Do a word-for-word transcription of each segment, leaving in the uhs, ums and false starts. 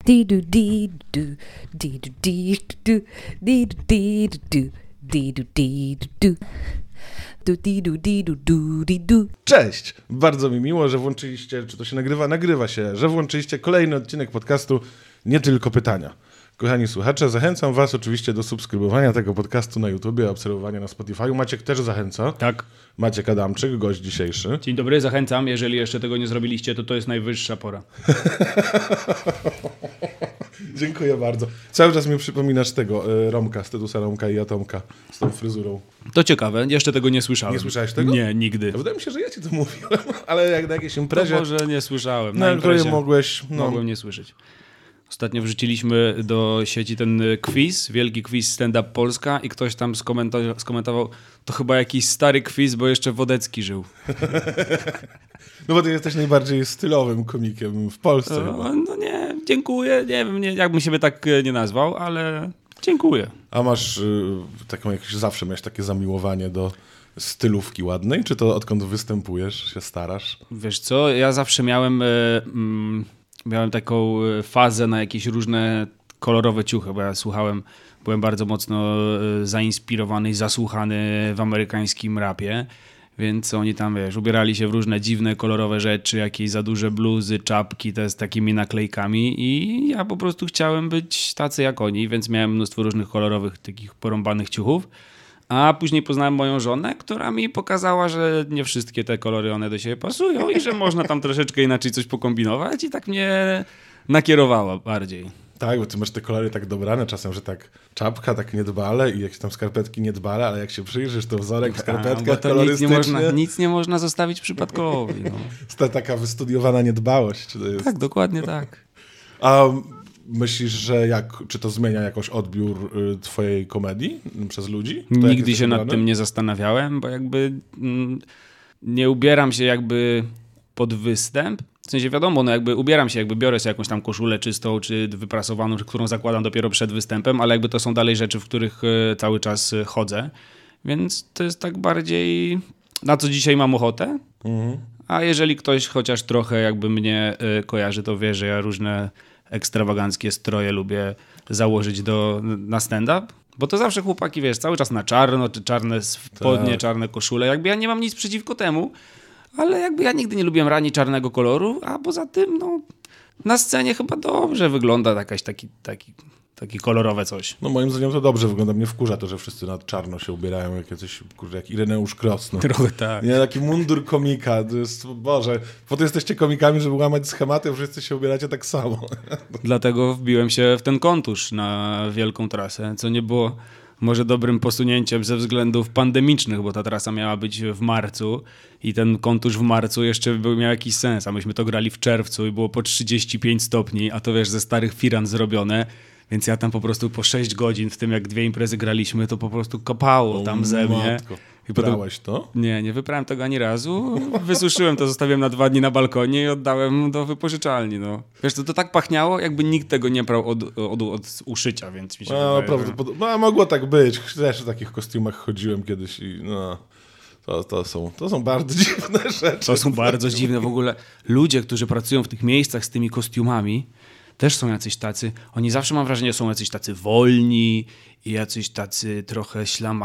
Di du di du di du di du di du di du di du di du du di du di du du di du. Cześć! Bardzo mi miło, że włączyliście, czy to się nagrywa? Nagrywa się, że włączyliście kolejny odcinek podcastu Nie Tylko Pytania. Kochani słuchacze, zachęcam was oczywiście do subskrybowania tego podcastu na YouTubie, obserwowania na Spotify. Maciek też zachęca. Tak. Maciek Adamczyk, gość dzisiejszy. Dzień dobry, zachęcam. Jeżeli jeszcze tego nie zrobiliście, to to jest najwyższa pora. Dziękuję bardzo. Cały czas mi przypominasz tego y, Romka, Stetusa Romka i Atomka z tą fryzurą. To ciekawe, jeszcze tego nie słyszałem. Nie słyszałeś tego? Nie, nigdy. Wydaje mi się, że ja ci to mówiłem, ale jak na jakiejś imprezie... To może nie słyszałem. Na, na której imprezie mogłeś... No. Mogłem nie słyszeć. Ostatnio wrzuciliśmy do sieci ten quiz, wielki quiz Stand Up Polska i ktoś tam skomentował, skomentował, to chyba jakiś stary quiz, bo jeszcze Wodecki żył. No bo ty jesteś najbardziej stylowym komikiem w Polsce. No, no nie, dziękuję, nie wiem, nie, jakbym siebie tak nie nazwał, ale dziękuję. A masz y, taką jakieś, zawsze miałeś takie zamiłowanie do stylówki ładnej, czy to odkąd występujesz, się starasz? Wiesz co, ja zawsze miałem... Y, mm, Miałem taką fazę na jakieś różne kolorowe ciuchy, bo ja słuchałem, byłem bardzo mocno zainspirowany i zasłuchany w amerykańskim rapie, więc oni tam, wiesz, ubierali się w różne dziwne, kolorowe rzeczy, jakieś za duże bluzy, czapki, te z takimi naklejkami i ja po prostu chciałem być tacy jak oni, więc miałem mnóstwo różnych kolorowych, takich porąbanych ciuchów. A później poznałem moją żonę, która mi pokazała, że nie wszystkie te kolory one do siebie pasują i że można tam troszeczkę inaczej coś pokombinować i tak mnie nakierowała bardziej. Tak, bo ty masz te kolory tak dobrane czasem, że tak czapka tak niedbale i jakieś tam skarpetki niedbale, ale jak się przyjrzysz, to wzorek w skarpetkach to kolorystycznie... Nic nie, można, nic nie można zostawić przypadkowi. No. To taka wystudiowana niedbałość. To jest... Tak, dokładnie tak. A myślisz, że jak, czy to zmienia jakoś odbiór y, twojej komedii przez ludzi? To Nigdy się nad tym nie zastanawiałem, bo jakby mm, nie ubieram się jakby pod występ. W sensie wiadomo, no jakby ubieram się, jakby biorę sobie jakąś tam koszulę czystą, czy wyprasowaną, którą zakładam dopiero przed występem, ale jakby to są dalej rzeczy, w których y, cały czas y, chodzę. Więc to jest tak bardziej na co dzisiaj mam ochotę. Mhm. A jeżeli ktoś chociaż trochę jakby mnie y, kojarzy, to wie, że ja różne ekstrawaganckie stroje lubię założyć do, na stand-up, bo to zawsze chłopaki, wiesz, cały czas na czarno, czy czarne spodnie, tak. Czarne koszule, jakby ja nie mam nic przeciwko temu, ale jakby ja nigdy nie lubiłem rani czarnego koloru, a poza tym, no, na scenie chyba dobrze wygląda jakaś taki, taki, taki kolorowe coś. No moim zdaniem to dobrze wygląda. Mnie wkurza to, że wszyscy na czarno się ubierają, jak jacyś, kurde, jak Ireneusz Krosno. Trochę tak. Nie, taki mundur komika. To jest, Boże, po to jesteście komikami, żeby łamać schematy, wszyscy się ubieracie tak samo. Dlatego wbiłem się w ten kontusz na wielką trasę, co nie było może dobrym posunięciem ze względów pandemicznych, bo ta trasa miała być w marcu i ten kontusz w marcu jeszcze był, miał jakiś sens, a myśmy to grali w czerwcu i było po trzydzieści pięć stopni, a to wiesz, ze starych firan zrobione. Więc ja tam po prostu po sześć godzin, w tym jak dwie imprezy graliśmy, to po prostu kopało tam ze mnie. I Wyprałeś to? Nie, nie wyprałem tego ani razu. Wysuszyłem to, zostawiłem na dwa dni na balkonie i oddałem do wypożyczalni. No. Wiesz, to, to tak pachniało, jakby nikt tego nie brał od, od, od uszycia, więc mi się no, wydaje, że... No, mogło tak być. Też w takich kostiumach chodziłem kiedyś i no... To, to, są, to są bardzo dziwne rzeczy. To są bardzo dziwne. W ogóle ludzie, którzy pracują w tych miejscach z tymi kostiumami, też są jacyś tacy, oni zawsze mam wrażenie, są jacyś tacy wolni i jacyś tacy trochę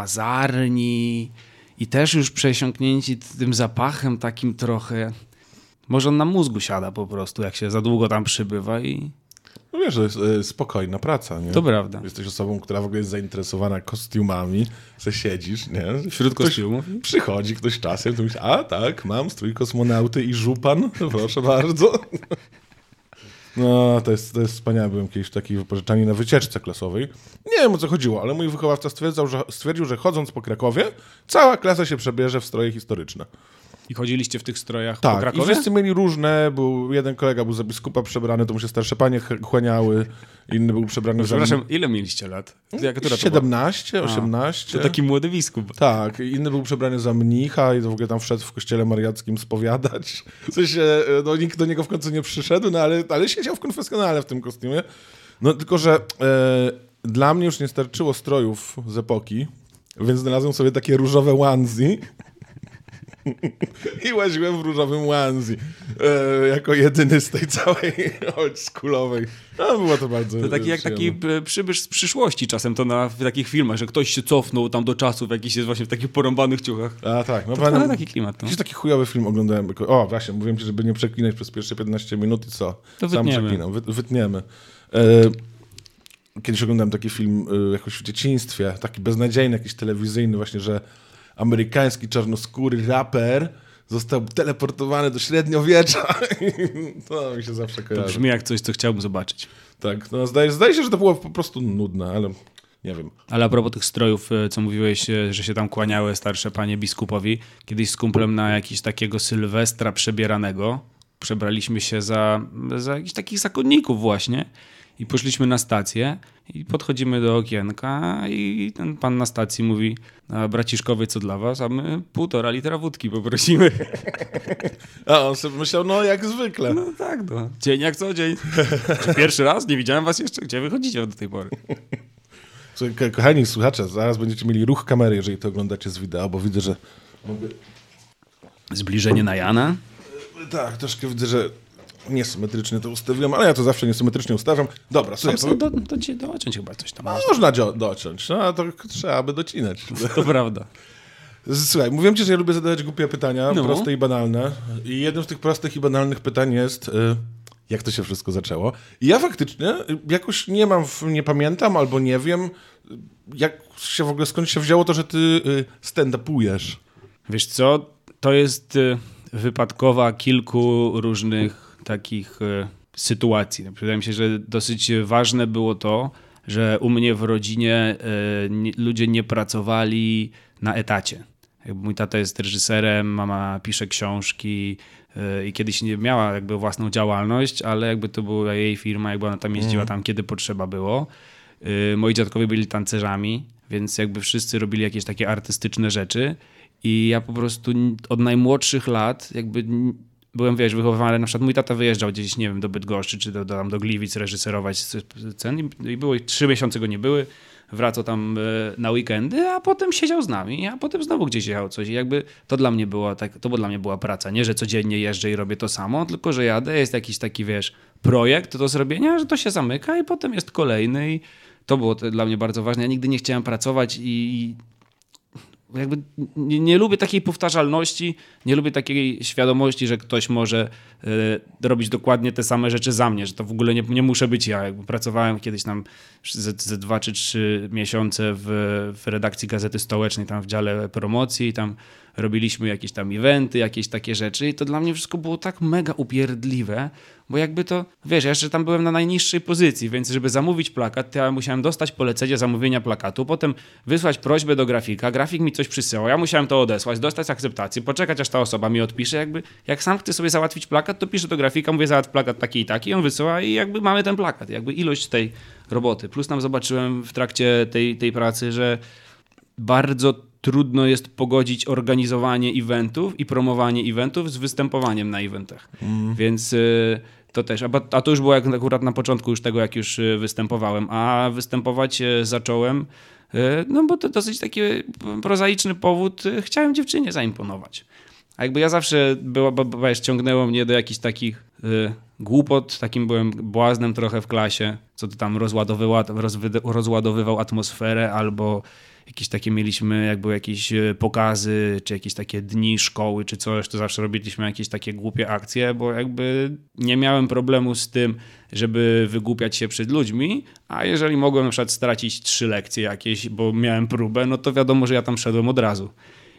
ślamazarni i też już przesiąknięci tym zapachem takim trochę, może on na mózgu siada po prostu, jak się za długo tam przybywa i... No wiesz, to jest y, spokojna praca, nie? To prawda. Jesteś osobą, która w ogóle jest zainteresowana kostiumami, se siedzisz, nie? Wśród ktoś kostiumów? Przychodzi ktoś czasem, to myślisz, a tak, mam strój kosmonauty i żupan, proszę bardzo. No, to jest, to jest wspaniałe. Byłem kiedyś w takiej wypożyczalni na wycieczce klasowej. Nie wiem, o co chodziło, ale mój wychowawca stwierdzał, że, stwierdził, że chodząc po Krakowie, cała klasa się przebierze w stroje historyczne. I chodziliście w tych strojach tak, po Krakowie? Tak, i wszyscy mieli różne. Był, jeden kolega był za biskupa przebrany, to mu się starsze panie chłaniały. Inny był przebrany za... Przepraszam, ile mieliście lat? Jaka siedemnaście, osiemnaście. To taki młody biskup. Tak, inny był przebrany za mnicha i to w ogóle tam wszedł w kościele mariackim spowiadać. W sensie, no nikt do niego w końcu nie przyszedł, no ale, ale siedział w konfesjonale w tym kostiumie. No tylko, że e, dla mnie już nie starczyło strojów z epoki, więc znalazłem sobie takie różowe onesie. I łaziłem w różowym onesie. E, jako jedyny z tej całej oldschoolowej. No, było to bardzo To taki jak taki przybysz z przyszłości czasem to na w takich filmach, że ktoś się cofnął tam do czasów, jakiś jest właśnie w takich porąbanych ciuchach. A tak, no To pamiętam, taki klimat. No. jakiś taki chujowy film oglądałem. O, właśnie, mówiłem ci, żeby nie przeklinać przez pierwsze piętnaście minut i co? To Sam wytniemy. przeklinam, Wy, wytniemy. E, kiedyś oglądałem taki film e, jakoś w dzieciństwie, taki beznadziejny, jakiś telewizyjny właśnie, że amerykański czarnoskóry raper został teleportowany do średniowiecza. To mi się zawsze To kojarzy. brzmi jak coś, co chciałbym zobaczyć. Tak, no zdaje, zdaje się, że to było po prostu nudne, ale nie wiem. Ale a propos tych strojów, co mówiłeś, że się tam kłaniały starsze panie biskupowi, kiedyś z kumplem na jakiś takiego Sylwestra przebieranego przebraliśmy się za, za jakichś takich zakonników właśnie i poszliśmy na stację i podchodzimy do okienka i ten pan na stacji mówi: a braciszkowie, co dla was? A my półtora litra wódki poprosimy. A on sobie myślał, no jak zwykle. No tak, no. Dzień jak co dzień. Pierwszy raz? Nie widziałem was jeszcze. Gdzie wychodzicie do tej pory? Słuchaj, ko- kochani słuchacze, zaraz będziecie mieli ruch kamery, jeżeli to oglądacie z wideo, bo widzę, że... Zbliżenie na Jana. Tak, troszkę widzę, że niesymetrycznie to ustawiłem, ale ja to zawsze niesymetrycznie ustawiam. Dobra, słuchaj, Sam do, do, do, dociąć chyba coś tam. no, można dzo- dociąć, no a to trzeba by docinać. To prawda. Słuchaj, mówiłem ci, że ja lubię zadawać głupie pytania, No. proste i banalne. I jednym z tych prostych i banalnych pytań jest, y, jak to się wszystko zaczęło. I ja faktycznie y, jakoś nie mam, w- nie pamiętam albo nie wiem, y, jak się w ogóle, skąd się wzięło to, że ty y, stand-upujesz. Wiesz co, to jest y, wypadkowa kilku różnych takich y, sytuacji. Wydaje mi się, że dosyć ważne było to, że u mnie w rodzinie y, nie, ludzie nie pracowali na etacie. Jakby mój tata jest reżyserem, mama pisze książki y, i kiedyś nie miała jakby własną działalność, ale jakby to była jej firma, jakby ona tam jeździła tam, kiedy potrzeba było. Y, moi dziadkowie byli tancerzami, więc jakby wszyscy robili jakieś takie artystyczne rzeczy. I ja po prostu od najmłodszych lat jakby byłem, wiesz, wychowywany, na przykład mój tata wyjeżdżał gdzieś, nie wiem, do Bydgoszczy czy do, do, tam do Gliwic reżyserować scen i, i było, trzy miesiące go nie były, wracał tam e, na weekendy, a potem siedział z nami, a potem znowu gdzieś jechał coś i jakby to dla mnie była, tak, to dla mnie była praca, nie, że codziennie jeżdżę i robię to samo, tylko że jadę, jest jakiś taki, wiesz, projekt do zrobienia, że to się zamyka i potem jest kolejny i to było to dla mnie bardzo ważne. Ja nigdy nie chciałem pracować i jakby nie, nie lubię takiej powtarzalności, nie lubię takiej świadomości, że ktoś może y, robić dokładnie te same rzeczy za mnie, że to w ogóle nie, nie muszę być ja. Jakby pracowałem kiedyś tam ze, ze dwa czy trzy miesiące w, w redakcji Gazety Stołecznej, tam w dziale promocji, tam robiliśmy jakieś tam eventy, jakieś takie rzeczy i to dla mnie wszystko było tak mega upierdliwe, bo jakby to, wiesz, ja jeszcze tam byłem na najniższej pozycji, więc żeby zamówić plakat, to ja musiałem dostać polecenie zamówienia plakatu, potem wysłać prośbę do grafika, grafik mi coś przysyłał, ja musiałem to odesłać, dostać akceptację, poczekać aż ta osoba mi odpisze, jakby jak sam chcę sobie załatwić plakat, to piszę do grafika, mówię załatw plakat taki i taki, on wysyła i jakby mamy ten plakat, jakby ilość tej roboty. Plus tam zobaczyłem w trakcie tej, tej pracy, że bardzo trudno jest pogodzić organizowanie eventów i promowanie eventów z występowaniem na eventach. Mm. Więc y, to też, a, a to już było jak, akurat na początku już tego, jak już y, występowałem, a występować y, zacząłem, y, no bo to dosyć taki prozaiczny powód, y, chciałem dziewczynie zaimponować. A jakby ja zawsze, było, bo, bo, wiesz, ciągnęło mnie do jakichś takich y, głupot, takim byłem błaznem trochę w klasie, co to tam rozładowywał, rozładowywał atmosferę albo jakieś takie mieliśmy, jak były jakieś pokazy, czy jakieś takie dni szkoły, czy coś, to zawsze robiliśmy jakieś takie głupie akcje, bo jakby nie miałem problemu z tym, żeby wygłupiać się przed ludźmi, a jeżeli mogłem na przykład stracić trzy lekcje jakieś, bo miałem próbę, no to wiadomo, że ja tam szedłem od razu.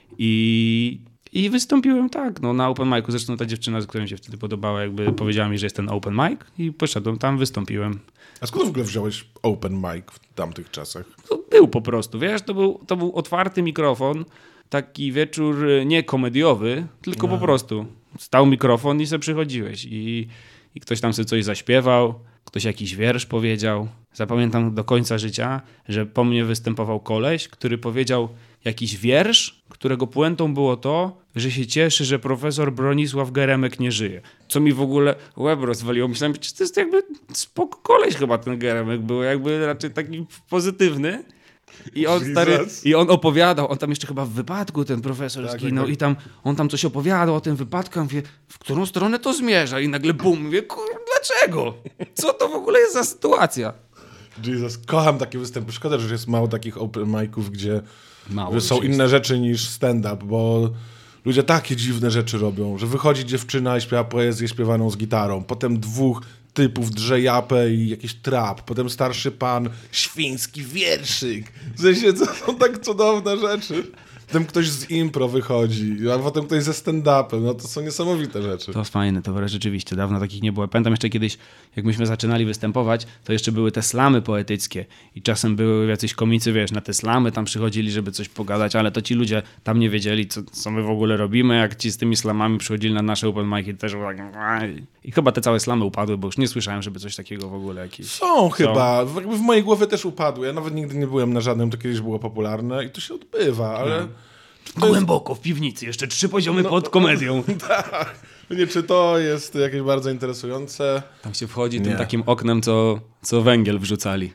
I, i wystąpiłem tak, no na open micu, zresztą ta dziewczyna, z którą mi się wtedy podobała, jakby powiedziała mi, że jest ten open mic i poszedłem tam, wystąpiłem. A skąd w ogóle wziąłeś open mic w tamtych czasach? To był po prostu, wiesz, to był, to był otwarty mikrofon, taki wieczór nie komediowy, tylko no. po prostu stał mikrofon i sobie przychodziłeś i, i ktoś tam sobie coś zaśpiewał, ktoś jakiś wiersz powiedział. Zapamiętam do końca życia, że po mnie występował koleś, który powiedział jakiś wiersz, którego puentą było to, że się cieszy, że profesor Bronisław Geremek nie żyje. Co mi w ogóle łeb rozwaliło. Myślałem, że to jest jakby spoko koleś chyba ten Geremek był, jakby raczej taki pozytywny. I on, Jesus. stary, I on opowiadał, on tam jeszcze chyba w wypadku ten profesor Tak, zginął tak, tak. i tam on tam coś opowiadał o tym wypadku, ja mówię, w którą stronę to zmierza? I nagle bum, mówię, kur, dlaczego? Co to w ogóle jest za sytuacja? Jesus, kocham takie występy. Szkoda, że jest mało takich open mic'ów, gdzie Mało że są już jest. inne rzeczy niż stand-up, bo ludzie takie dziwne rzeczy robią, że wychodzi dziewczyna i śpiewa poezję śpiewaną z gitarą, potem dwóch typów drze japę i jakiś trap, potem starszy pan, świński wierszyk. W sensie, to są tak cudowne rzeczy. Potem ktoś z impro wychodzi, a potem ktoś ze stand-upem. No to są niesamowite rzeczy. To fajne, to rzeczywiście, dawno takich nie było. Pamiętam jeszcze kiedyś, jak myśmy zaczynali występować, to jeszcze były te slamy poetyckie i czasem były jacyś komicy, wiesz, na te slamy tam przychodzili, żeby coś pogadać, ale to ci ludzie tam nie wiedzieli, co, co my w ogóle robimy, jak ci z tymi slamami przychodzili na nasze open mic'i, to też było tak... I chyba te całe slamy upadły, bo już nie słyszałem, żeby coś takiego w ogóle jakieś... Są chyba. W, w mojej głowie też upadły. Ja nawet nigdy nie byłem na żadnym, to kiedyś było popularne i to się odbywa, ale... No. Głęboko w piwnicy, jeszcze trzy poziomy No, pod komedią. Tak. Nie, czy to jest jakieś bardzo interesujące? Tam się wchodzi Nie. tym takim oknem, co, co węgiel wrzucali.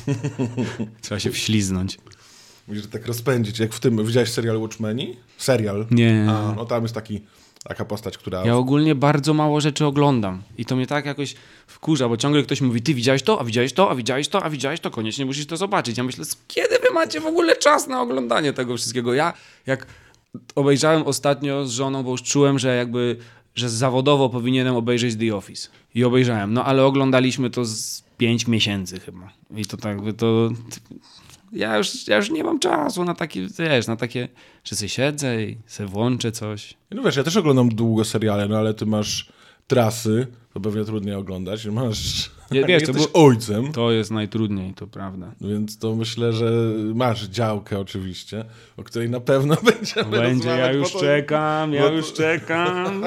Trzeba się wśliznąć. Musisz tak rozpędzić. Jak w tym, widziałeś serial Watchmeni? Serial? Nie. A, no tam jest taki, taka postać, która... Ja ogólnie bardzo mało rzeczy oglądam. I to mnie tak jakoś wkurza, bo ciągle ktoś mówi, ty widziałeś to, a widziałeś to, a widziałeś to, a widziałeś to, koniecznie musisz to zobaczyć. Ja myślę, kiedy wy macie w ogóle czas na oglądanie tego wszystkiego? Ja jak obejrzałem ostatnio z żoną, bo już czułem, że jakby, że zawodowo powinienem obejrzeć The Office. I obejrzałem, no ale oglądaliśmy to z pięć miesięcy chyba. I to tak, to... Ja już, ja już nie mam czasu na takie, wiesz, na takie, że sobie siedzę i sobie włączę coś. No wiesz, ja też oglądam długo seriale, no ale ty masz Trasy, to pewnie trudniej oglądać. Masz... Nie, wiesz, to jesteś było- ojcem, To jest najtrudniej, to prawda. więc to myślę, że masz działkę oczywiście, o której na pewno będziemy Będzie, ja rozmawiać, już bo to- czekam, ja bo to- już czekam.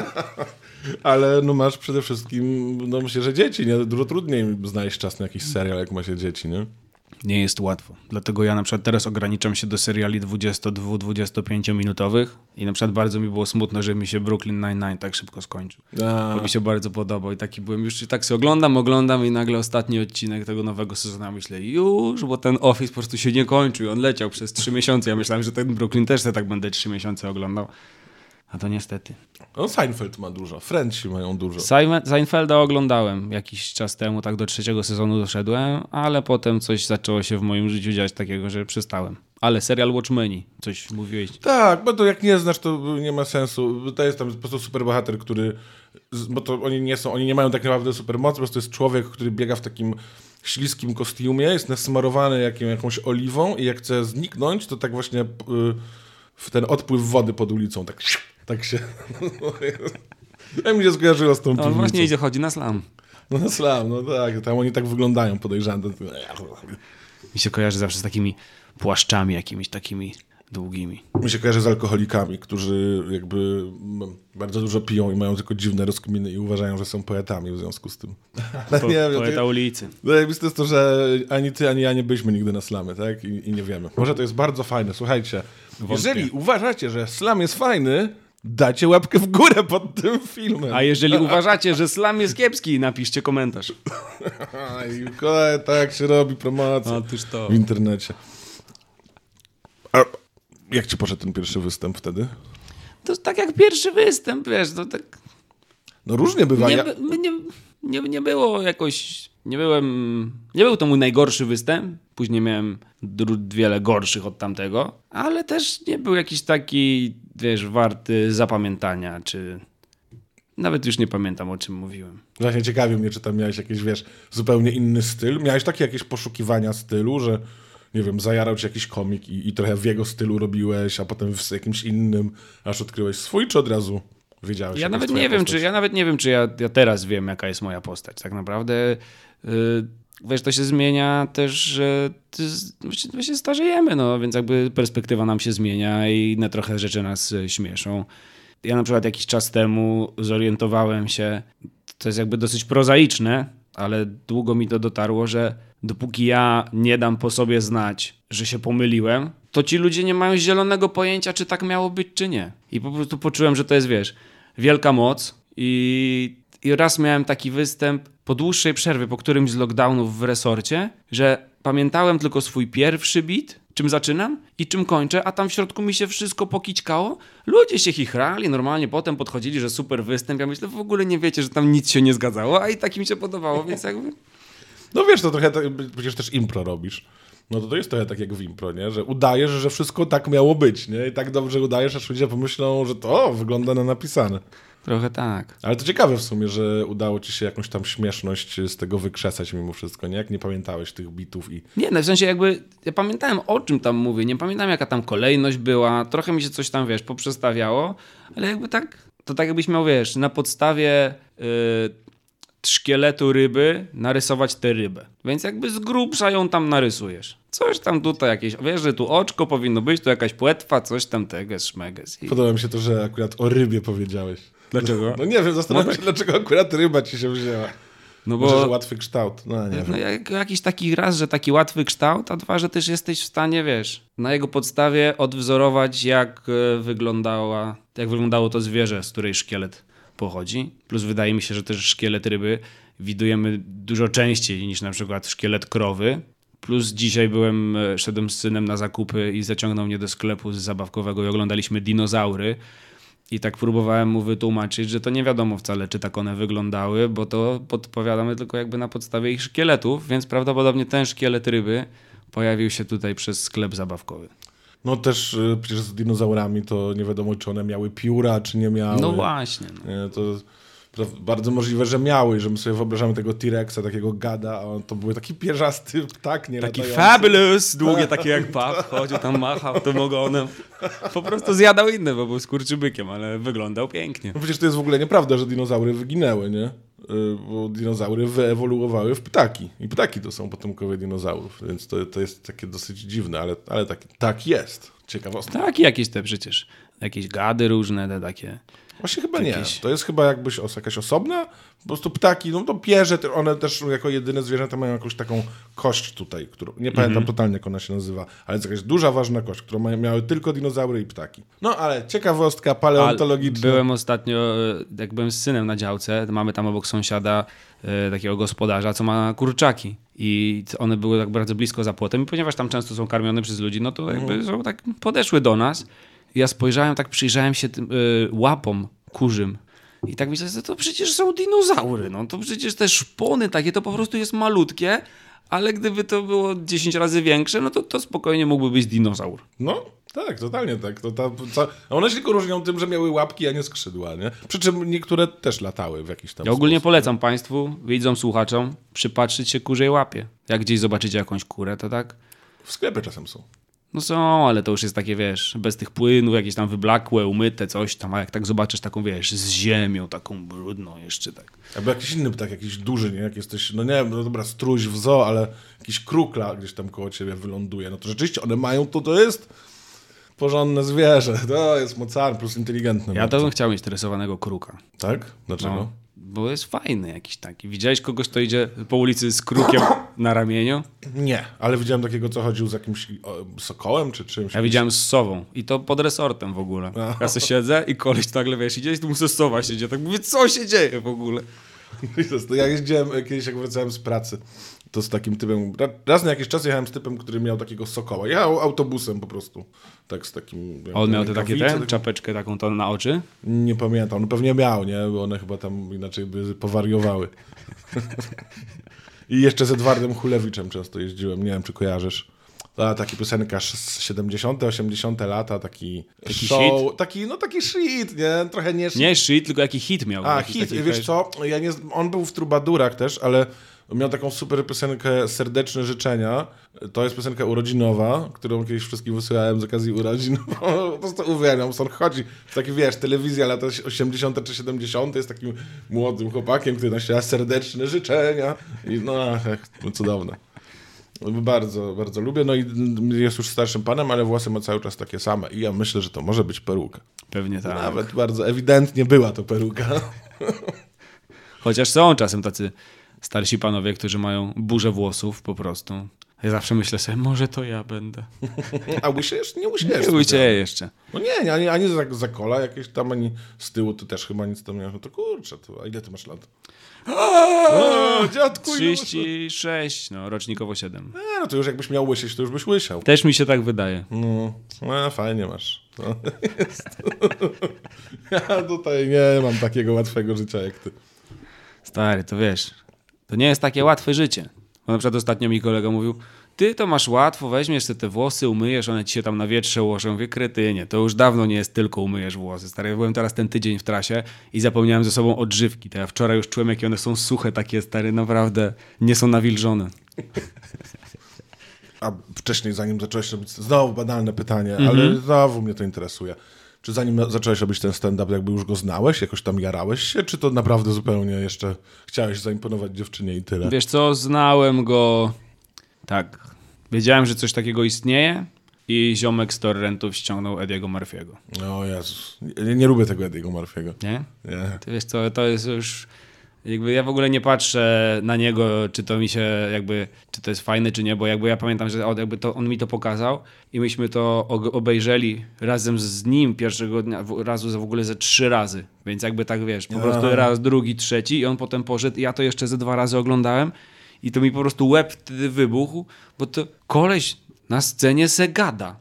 Ale no masz przede wszystkim, no myślę, że dzieci, nie? Dużo trudniej znaleźć czas na jakiś serial, jak ma się dzieci, nie? Nie jest łatwo. Dlatego ja na przykład teraz ograniczam się do seriali dwudziestodwu do dwudziestopięciominutowych i na przykład bardzo mi było smutno, że mi się Brooklyn Nine-Nine tak szybko skończył. A, Bo mi się bardzo podobał i taki byłem już, tak sobie oglądam, oglądam i nagle ostatni odcinek tego nowego sezonu myślę, już, bo ten Office po prostu się nie kończył, on leciał przez trzy miesiące. Ja myślałem, że ten Brooklyn też se tak będę trzy miesiące oglądał. A to niestety. no Seinfeld ma dużo, Friendsi mają dużo. Sein- Seinfelda oglądałem jakiś czas temu, tak do trzeciego sezonu doszedłem, ale potem coś zaczęło się w moim życiu dziać takiego, że przestałem. Ale serial Watchmeni, coś mówiłeś. Tak, bo to jak nie znasz, to nie ma sensu. To jest tam po prostu superbohater, który... Bo to oni nie są, oni nie mają tak naprawdę supermocy, po prostu to jest człowiek, który biega w takim śliskim kostiumie, jest nasmarowany jakim, jakąś oliwą i jak chce zniknąć, to tak właśnie y, w ten odpływ wody pod ulicą, tak, tak się... Jak mi się skojarzyło z tą On piwnicą. właśnie idzie, chodzi na slam. No na slam, no tak, tam oni tak wyglądają, podejrzane. Mi się kojarzy zawsze z takimi płaszczami jakimiś takimi długimi. Mi się kojarzy z alkoholikami, którzy jakby mm, bardzo dużo piją i mają tylko dziwne rozkminy i uważają, że są poetami w związku z tym. Ale Po, nie wiem, poeta to- ulicy. Zajebiste jest to, że ani ty, ani ja nie byliśmy nigdy na slamie, tak? I, I nie wiemy. Może to jest bardzo fajne. Słuchajcie, Wątpię. jeżeli uważacie, że slam jest fajny, dajcie łapkę w górę pod tym filmem. A jeżeli uważacie, że slam jest kiepski, napiszcie komentarz. Aj, kolej, tak się robi promocja Otóż to. w internecie. A jak ci poszedł ten pierwszy występ wtedy? To tak jak pierwszy występ, wiesz, to tak... No różnie bywa. Nie, Ja... by- nie, nie, nie było jakoś... Nie byłem... Nie był to mój najgorszy występ. Później miałem dru- wiele gorszych od tamtego. Ale też nie był jakiś taki, wiesz, warty zapamiętania, czy... Nawet już nie pamiętam, o czym mówiłem. Właśnie ciekawi mnie, czy tam miałeś jakiś, wiesz, zupełnie inny styl. Miałeś takie jakieś poszukiwania stylu, że nie wiem, zajarał ci jakiś komik i, i trochę w jego stylu robiłeś, a potem w jakimś innym, aż odkryłeś swój, czy od razu wiedziałeś? Ja jaka nawet jest twoja nie wiem, postać? czy ja nawet nie wiem, czy ja, ja teraz wiem, jaka jest moja postać. Tak naprawdę, yy, wiesz, to się zmienia też, że to jest- my się, my się starzejemy, no, więc jakby perspektywa nam się zmienia i inne trochę rzeczy nas y, śmieszą. Ja na przykład jakiś czas temu zorientowałem się, to jest jakby dosyć prozaiczne, ale długo mi to dotarło, że dopóki ja nie dam po sobie znać, że się pomyliłem, to ci ludzie nie mają zielonego pojęcia, czy tak miało być, czy nie. I po prostu poczułem, że to jest, wiesz, wielka moc i, i raz miałem taki występ po dłuższej przerwie, po którymś z lockdownów w resorcie, że pamiętałem tylko swój pierwszy beat, czym zaczynam i czym kończę, a tam w środku mi się wszystko pokićkało. Ludzie się chichrali, normalnie potem podchodzili, że super występ. Ja myślę, w ogóle nie wiecie, że tam nic się nie zgadzało, a i tak mi się podobało, więc jakby... No wiesz, to trochę, tak, przecież też impro robisz. No to to jest trochę tak jak w impro, nie? Że udajesz, że wszystko tak miało być, nie? I tak dobrze udajesz, aż ludzie pomyślą, że to o, wygląda na napisane. Trochę tak. Ale to ciekawe w sumie, że udało ci się jakąś tam śmieszność z tego wykrzesać mimo wszystko, nie? Jak nie pamiętałeś tych bitów i... Nie, no w sensie jakby, ja pamiętałem o czym tam mówię, nie pamiętam jaka tam kolejność była, trochę mi się coś tam, wiesz, poprzestawiało, ale jakby tak, to tak jakbyś miał, wiesz, na podstawie yy, szkieletu ryby narysować tę rybę. Więc jakby z grubsza ją tam narysujesz. Coś tam tutaj jakieś, wiesz, że tu oczko powinno być, tu jakaś płetwa, coś tam teges, szmeges. I... Podoba mi się to, że akurat o rybie powiedziałeś. Dlaczego? No nie wiem, zastanawiam No się, dlaczego akurat ryba ci się wzięła. No bo... Może, że łatwy kształt. No nie No wiem. jak, jakiś taki raz, że taki łatwy kształt, a dwa, że też jesteś w stanie, wiesz, na jego podstawie odwzorować, jak e, wyglądała, jak wyglądało to zwierzę, z której szkielet pochodzi. Plus wydaje mi się, że też szkielet ryby widujemy dużo częściej niż na przykład szkielet krowy. Plus dzisiaj byłem, e, szedłem z synem na zakupy i zaciągnął mnie do sklepu z zabawkowego i oglądaliśmy dinozaury. I tak próbowałem mu wytłumaczyć, że to nie wiadomo wcale, czy tak one wyglądały, bo to podpowiadamy tylko jakby na podstawie ich szkieletów, więc prawdopodobnie ten szkielet ryby pojawił się tutaj przez sklep zabawkowy. No też y, przecież z dinozaurami to nie wiadomo, czy one miały pióra, czy nie miały. No właśnie. No. Nie, to pra- bardzo możliwe, że miały, że my sobie wyobrażamy tego T-Rexa, takiego gada, a on to był taki pierzasty ptak, nie Taki latający. fabulous, długie takie jak pap, chodził tam, machał tym ogonem. Po prostu zjadał inne, bo był skurczybykiem, ale wyglądał pięknie. No przecież to jest w ogóle nieprawda, że dinozaury wyginęły, nie? Y, Bo dinozaury wyewoluowały w ptaki. I ptaki to są potomkowie dinozaurów, więc to, to jest takie dosyć dziwne, ale, ale tak, tak jest. Ciekawostka. Tak, i jakieś te przecież, jakieś gady różne, te takie. Właśnie chyba Jakieś- nie. To jest chyba jakbyś os- jakaś osobna. Po prostu ptaki, no to pierze, te- one też jako jedyne zwierzęta mają jakąś taką kość tutaj, którą nie pamiętam Mhm. totalnie, jak ona się nazywa, ale jest jakaś duża, ważna kość, którą mają, miały tylko dinozaury i ptaki. No ale ciekawostka paleontologiczna. Byłem ostatnio, e, jak byłem z synem na działce, mamy tam obok sąsiada e, takiego gospodarza, co ma kurczaki. I one były tak bardzo blisko za płotem, i ponieważ tam często są karmione przez ludzi, no to jakby Mhm. są tak podeszły do nas. I ja spojrzałem, tak przyjrzałem się tym y, łapom kurzym. I tak myślę, że to przecież są dinozaury. No to przecież te szpony takie, to po prostu jest malutkie, ale gdyby to było dziesięć razy większe, no to, to spokojnie mógłby być dinozaur. No, tak, totalnie tak. To ta, ca... a one się tylko różnią tym, że miały łapki, a nie skrzydła, nie? Przy czym niektóre też latały w jakiś tam Ja ogólnie sposób. polecam państwu, widzom, słuchaczom, przypatrzyć się kurzej łapie. Jak gdzieś zobaczycie jakąś kurę, to tak... W sklepie czasem są. No są, ale to już jest takie, wiesz, bez tych płynów, jakieś tam wyblakłe, umyte, coś tam, a jak tak zobaczysz taką, wiesz, z ziemią, taką brudną jeszcze tak. Albo jakiś inny ptak, jakiś duży, nie? Jak jesteś, no nie wiem, no dobra, struś w zoo, ale jakiś krukla gdzieś tam koło ciebie wyląduje. No to rzeczywiście one mają, to to jest porządne zwierzę. To jest mocarne, plus inteligentne. Ja bardzo. to bym chciał mieć rysowanego kruka. Tak? Dlaczego? No, bo jest fajny jakiś taki. Widziałeś kogoś, kto idzie po ulicy z krukiem na ramieniu? Nie, ale widziałem takiego, co chodził z jakimś o, sokołem czy czymś. Ja widziałem z sową i to pod resortem w ogóle. Ja sobie siedzę i koleś nagle, wiesz, idzie i tu mu se sowa siedzi. Ja tak mówię, co się dzieje w ogóle? Ja jeździłem kiedyś, jak wracałem z pracy, to z takim typem, ra- raz na jakiś czas jechałem z typem, który miał takiego sokoła. Jechał autobusem po prostu. Tak z takim... A on miał te takie, rękawice, te, tak- czapeczkę taką to na oczy? Nie pamiętam, no pewnie miał, nie? Bo one chyba tam inaczej by powariowały. I jeszcze z Edwardem Chulewiczem często jeździłem, nie wiem, czy kojarzysz. A, taki piosenkarz z siedemdziesiąte, osiemdziesiąte lata, taki, Taki show, shit? taki, no taki shit, nie? Trochę nie shit. Nie shit, tylko jaki hit miał. A, Jakiś hit, taki, wiesz co, ja nie, on był w Trubadurach też, ale miał taką super piosenkę Serdeczne Życzenia. To jest piosenka urodzinowa, którą kiedyś wszystkim wysyłałem z okazji urodzin. Po prostu uwielbiam, on chodzi, taki wiesz, telewizja lata osiemdziesiąte czy siedemdziesiąte, jest takim młodym chłopakiem, który naśpiewa Serdeczne Życzenia. I no, ech, no cudowne. Bardzo, bardzo lubię. No i jest już starszym panem, ale włosy ma cały czas takie same. I ja myślę, że to może być peruka. Pewnie tak. Nawet bardzo ewidentnie była to peruka. Chociaż są czasem tacy starsi panowie, którzy mają burzę włosów po prostu. Ja zawsze myślę sobie, może to ja będę. A łysież? Nie łysież. Nie łysieję jeszcze. No nie, nie, ani, ani za, za kola jakieś tam, ani z tyłu to też chyba nic tam nie masz. No to kurczę, to, a ile ty masz lat? O, dziadku, trzydzieści sześć, no rocznikowo siedem. Nie, no to już jakbyś miał łysieć, to już byś łysiał. Też mi się tak wydaje. No, no fajnie masz. No, ja tutaj nie mam takiego łatwego życia jak ty. Stary, to wiesz, to nie jest takie łatwe życie. Bo na przykład ostatnio mi kolega mówił, ty to masz łatwo, weźmiesz sobie te włosy, umyjesz, one ci się tam na wietrze ułożą. Mówię, kretynie, to już dawno nie jest tylko umyjesz włosy. Stary, ja byłem teraz ten tydzień w trasie i zapomniałem ze sobą odżywki. To ja wczoraj już czułem, jakie one są suche, takie stary, naprawdę nie są nawilżone. A wcześniej, zanim zacząłeś robić, znowu banalne pytanie, Mhm. ale znowu mnie to interesuje. Czy zanim zacząłeś robić ten stand-up, jakby już go znałeś, jakoś tam jarałeś się, czy to naprawdę zupełnie jeszcze chciałeś zaimponować dziewczynie i tyle? Wiesz co, znałem go, tak, wiedziałem, że coś takiego istnieje i ziomek z torrentów ściągnął Ediego Murphy'ego. O Jezus, nie, nie lubię tego Ediego Murphy'ego. Nie? Nie. Ty wiesz co, to jest już... Jakby ja w ogóle nie patrzę na niego, czy to mi się jakby, czy to jest fajne, czy nie, bo jakby ja pamiętam, że on, jakby to, on mi to pokazał i myśmy to obejrzeli razem z nim pierwszego dnia, razu w ogóle ze trzy razy, więc jakby tak wiesz, po prostu Aha. raz, drugi, trzeci i on potem poszedł i ja to jeszcze ze dwa razy oglądałem i to mi po prostu łeb wtedy wybuchł, bo to koleś na scenie se gada.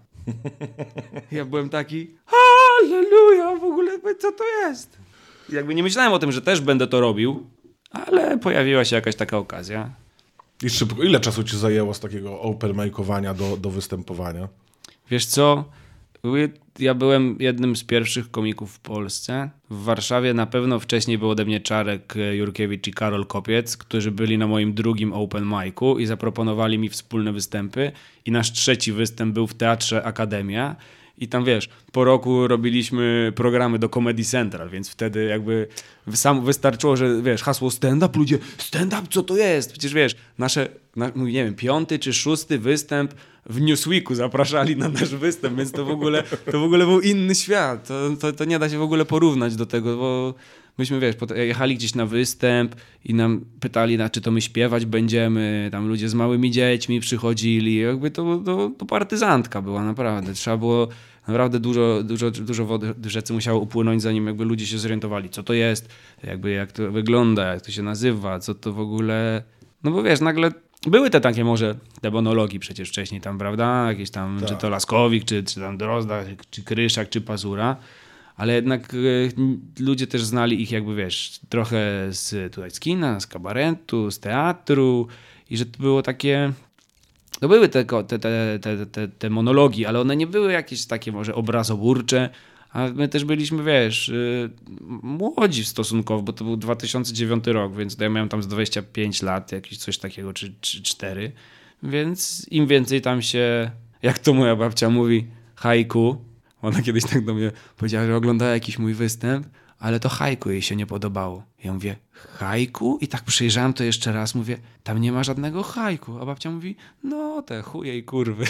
Ja byłem taki, halleluja, w ogóle co to jest? Jakby nie myślałem o tym, że też będę to robił, ale pojawiła się jakaś taka okazja. I szybko, ile czasu ci zajęło z takiego open mic'owania do, do występowania? Wiesz co? Ja byłem jednym z pierwszych komików w Polsce. W Warszawie na pewno wcześniej był ode mnie Czarek Jurkiewicz i Karol Kopiec, którzy byli na moim drugim open micu i zaproponowali mi wspólne występy. I nasz trzeci występ był w Teatrze Akademia. I tam wiesz, po roku robiliśmy programy do Comedy Central, więc wtedy jakby sam wystarczyło, że wiesz, hasło stand-up, ludzie, stand-up, co to jest? Przecież wiesz, nasze, na, nie wiem, piąty czy szósty występ w Newsweeku zapraszali na nasz występ, więc to w ogóle, to w ogóle był inny świat. To, to, to nie da się w ogóle porównać do tego, bo myśmy, wiesz, jechali gdzieś na występ i nam pytali, na czy to my śpiewać będziemy, tam ludzie z małymi dziećmi przychodzili, jakby to, to, to partyzantka była, naprawdę. Trzeba było, naprawdę dużo, dużo, dużo wody rzeczy musiało upłynąć, zanim jakby ludzie się zorientowali, co to jest, jakby jak to wygląda, jak to się nazywa, co to w ogóle... No bo wiesz, nagle były te takie może, te monologi przecież wcześniej tam, prawda, jakieś tam, tak. Czy to Laskowik, czy, czy tam Drozda, czy Kryszak, czy Pazura, ale jednak y, ludzie też znali ich jakby, wiesz, trochę z, tutaj z kina, z kabaretu, z teatru i że to było takie... To były te, te, te, te, te, te monologi, ale one nie były jakieś takie może obrazoburcze, a my też byliśmy, wiesz, y, młodzi stosunkowo, bo to był dwa tysiące dziewiąty rok, więc ja miałem tam z dwadzieścia pięć lat, jakieś coś takiego, czy, czy cztery, więc im więcej tam się, jak to moja babcia mówi, haiku, ona kiedyś tak do mnie powiedziała, że oglądała jakiś mój występ, ale to haiku jej się nie podobało. Ja mówię, haiku? I tak przejrzałem to jeszcze raz, mówię, tam nie ma żadnego haiku. A babcia mówi, no te chuje i kurwy.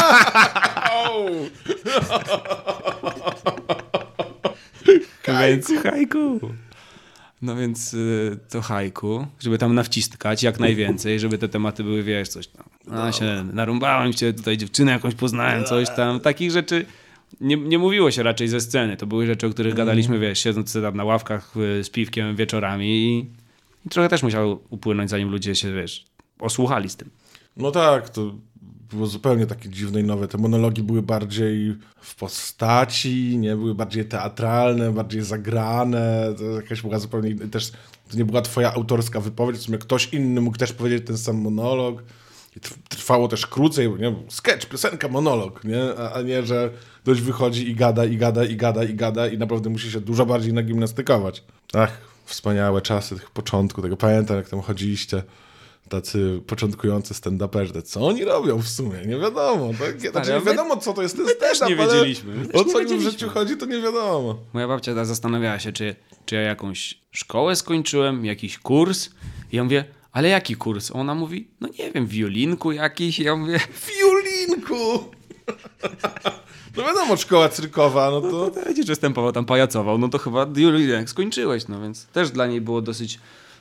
Więc haiku. No więc y, to haiku, żeby tam nawciskać jak najwięcej, żeby te tematy były, wiesz, coś tam. A się narąbałem cię, tutaj dziewczynę jakąś poznałem, coś tam. Takich rzeczy nie, nie mówiło się raczej ze sceny. To były rzeczy, o których gadaliśmy, wiesz, siedząc tam na ławkach y, z piwkiem wieczorami i, i trochę też musiało upłynąć, zanim ludzie się, wiesz, osłuchali z tym. No tak, to było zupełnie takie dziwne i nowe. Te monologi były bardziej w postaci, nie były bardziej teatralne, bardziej zagrane. To jakaś była zupełnie też, to nie była twoja autorska wypowiedź, w sumie ktoś inny mógł też powiedzieć ten sam monolog. I trwało też krócej, nie? Sketch, piosenka, monolog, nie? A, a nie, że ktoś wychodzi i gada, i gada, i gada, i gada i naprawdę musi się dużo bardziej nagimnastykować. Ach, wspaniałe czasy tych początku, tego pamiętam, jak tam chodziliście. Tacy początkujący stand-uperzy. Co oni robią w sumie? Nie wiadomo. Tak? Znaczy, nie wiadomo, co to jest ten stand-up, nie wiedzieliśmy. O co im w życiu chodzi, to nie wiadomo. Moja babcia zastanawiała się, czy, czy ja jakąś szkołę skończyłem, jakiś kurs. I ja mówię, ale jaki kurs? Ona mówi, no nie wiem, wiolinku jakiś. Ja mówię, wiolinku! No wiadomo, szkoła cyrkowa, no to... No to wiecie, że występował, tam pajacował, no to chyba wiolinek skończyłeś, no więc też dla niej było dosyć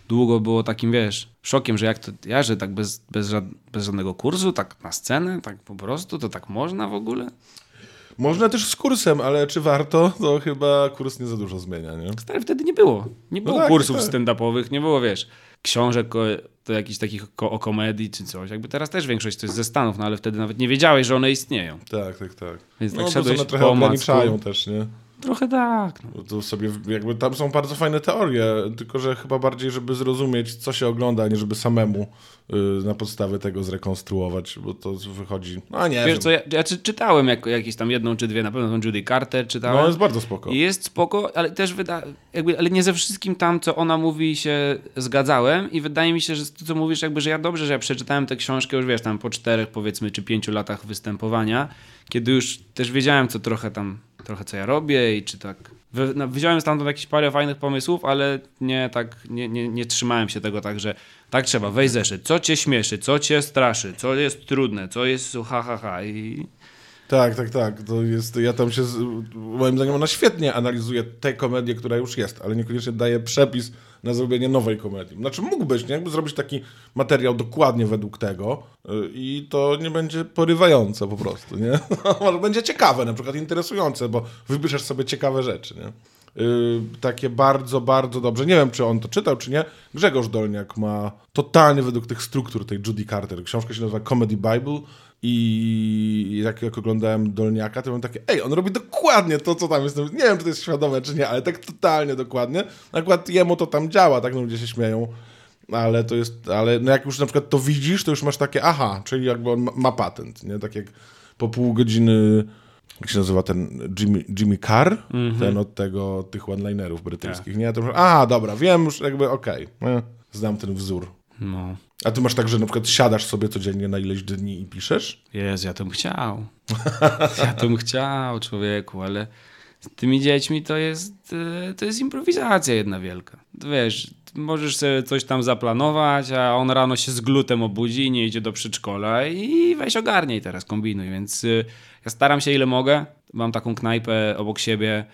długo było takim, wiesz, szokiem, że jak to ja, że tak bez, bez, żad, bez żadnego kursu, tak na scenę, tak po prostu, to tak można w ogóle? Można też z kursem, ale czy warto? To chyba kurs nie za dużo zmienia, nie? Stary, wtedy nie było. Nie było No tak, kursów tak. stand-upowych, nie było, wiesz, książek o, to jakichś takich o, o komedii czy coś. Jakby teraz też większość to jest ze Stanów, no ale wtedy nawet nie wiedziałeś, że one istnieją. Tak, tak, tak. Więc No tak bo szedłeś one trochę po omacku. ograniczają też, nie? Trochę tak. No. Bo to sobie jakby tam są bardzo fajne teorie, tylko że chyba bardziej, żeby zrozumieć, co się ogląda, a nie żeby samemu y, na podstawie tego zrekonstruować, bo to wychodzi, no nie Wiesz wiem. co, ja, ja czy, czytałem jak, jakieś tam jedną czy dwie, na pewno tą Judy Carter czytałem. No jest bardzo spoko. I jest spoko, ale też wyda, jakby, ale nie ze wszystkim tam, co ona mówi, się zgadzałem i wydaje mi się, że to, co mówisz, jakby, że ja dobrze, że ja przeczytałem tę książkę już, wiesz, tam po czterech, powiedzmy, czy pięciu latach występowania, kiedy już też wiedziałem, co trochę tam, trochę co ja robię i czy tak... Wy, no, wziąłem stamtąd jakieś parę fajnych pomysłów, ale nie tak, nie, nie, nie trzymałem się tego tak, że tak trzeba, weź zeszyt, co cię śmieszy, co cię straszy, co jest trudne, co jest ha, ha, ha i... Tak, tak, tak. To jest, ja tam się, z, moim zdaniem ona świetnie analizuje tę komedię, która już jest, ale niekoniecznie daje przepis na zrobienie nowej komedii. Znaczy mógłbyś, nie? Jakby zrobić taki materiał dokładnie według tego yy, i to nie będzie porywające po prostu, nie? Może będzie ciekawe, na przykład interesujące, bo wybierzesz sobie ciekawe rzeczy, nie? Yy, takie bardzo, bardzo dobrze. Nie wiem, czy on to czytał, czy nie. Grzegorz Dolniak ma totalnie według tych struktur tej Judy Carter. Książka się nazywa Comedy Bible i jak, jak oglądałem Dolniaka, to byłem takie, ej, on robi dokładnie to, co tam jest. Nie wiem, czy to jest świadome, czy nie, ale tak totalnie dokładnie. Akurat jemu to tam działa, tak, no ludzie się śmieją, ale to jest, ale no jak już na przykład to widzisz, to już masz takie, aha, czyli jakby on ma, ma patent, nie? Tak jak po pół godziny, jak się nazywa ten Jimmy, Jimmy Carr, mm-hmm. ten od tego, tych one-linerów brytyjskich, yeah. nie? To już, a, dobra, wiem już jakby, okej, okay, znam ten wzór. No. A ty masz tak, że na przykład siadasz sobie codziennie na ileś dni i piszesz? Jezu, ja to bym chciał. Ja to bym chciał, człowieku, ale z tymi dziećmi to jest, to jest improwizacja jedna wielka. Wiesz, możesz sobie coś tam zaplanować, a on rano się z glutem obudzi i nie idzie do przedszkola i weź ogarnij teraz, kombinuj. Więc ja staram się ile mogę. Mam taką knajpę obok siebie,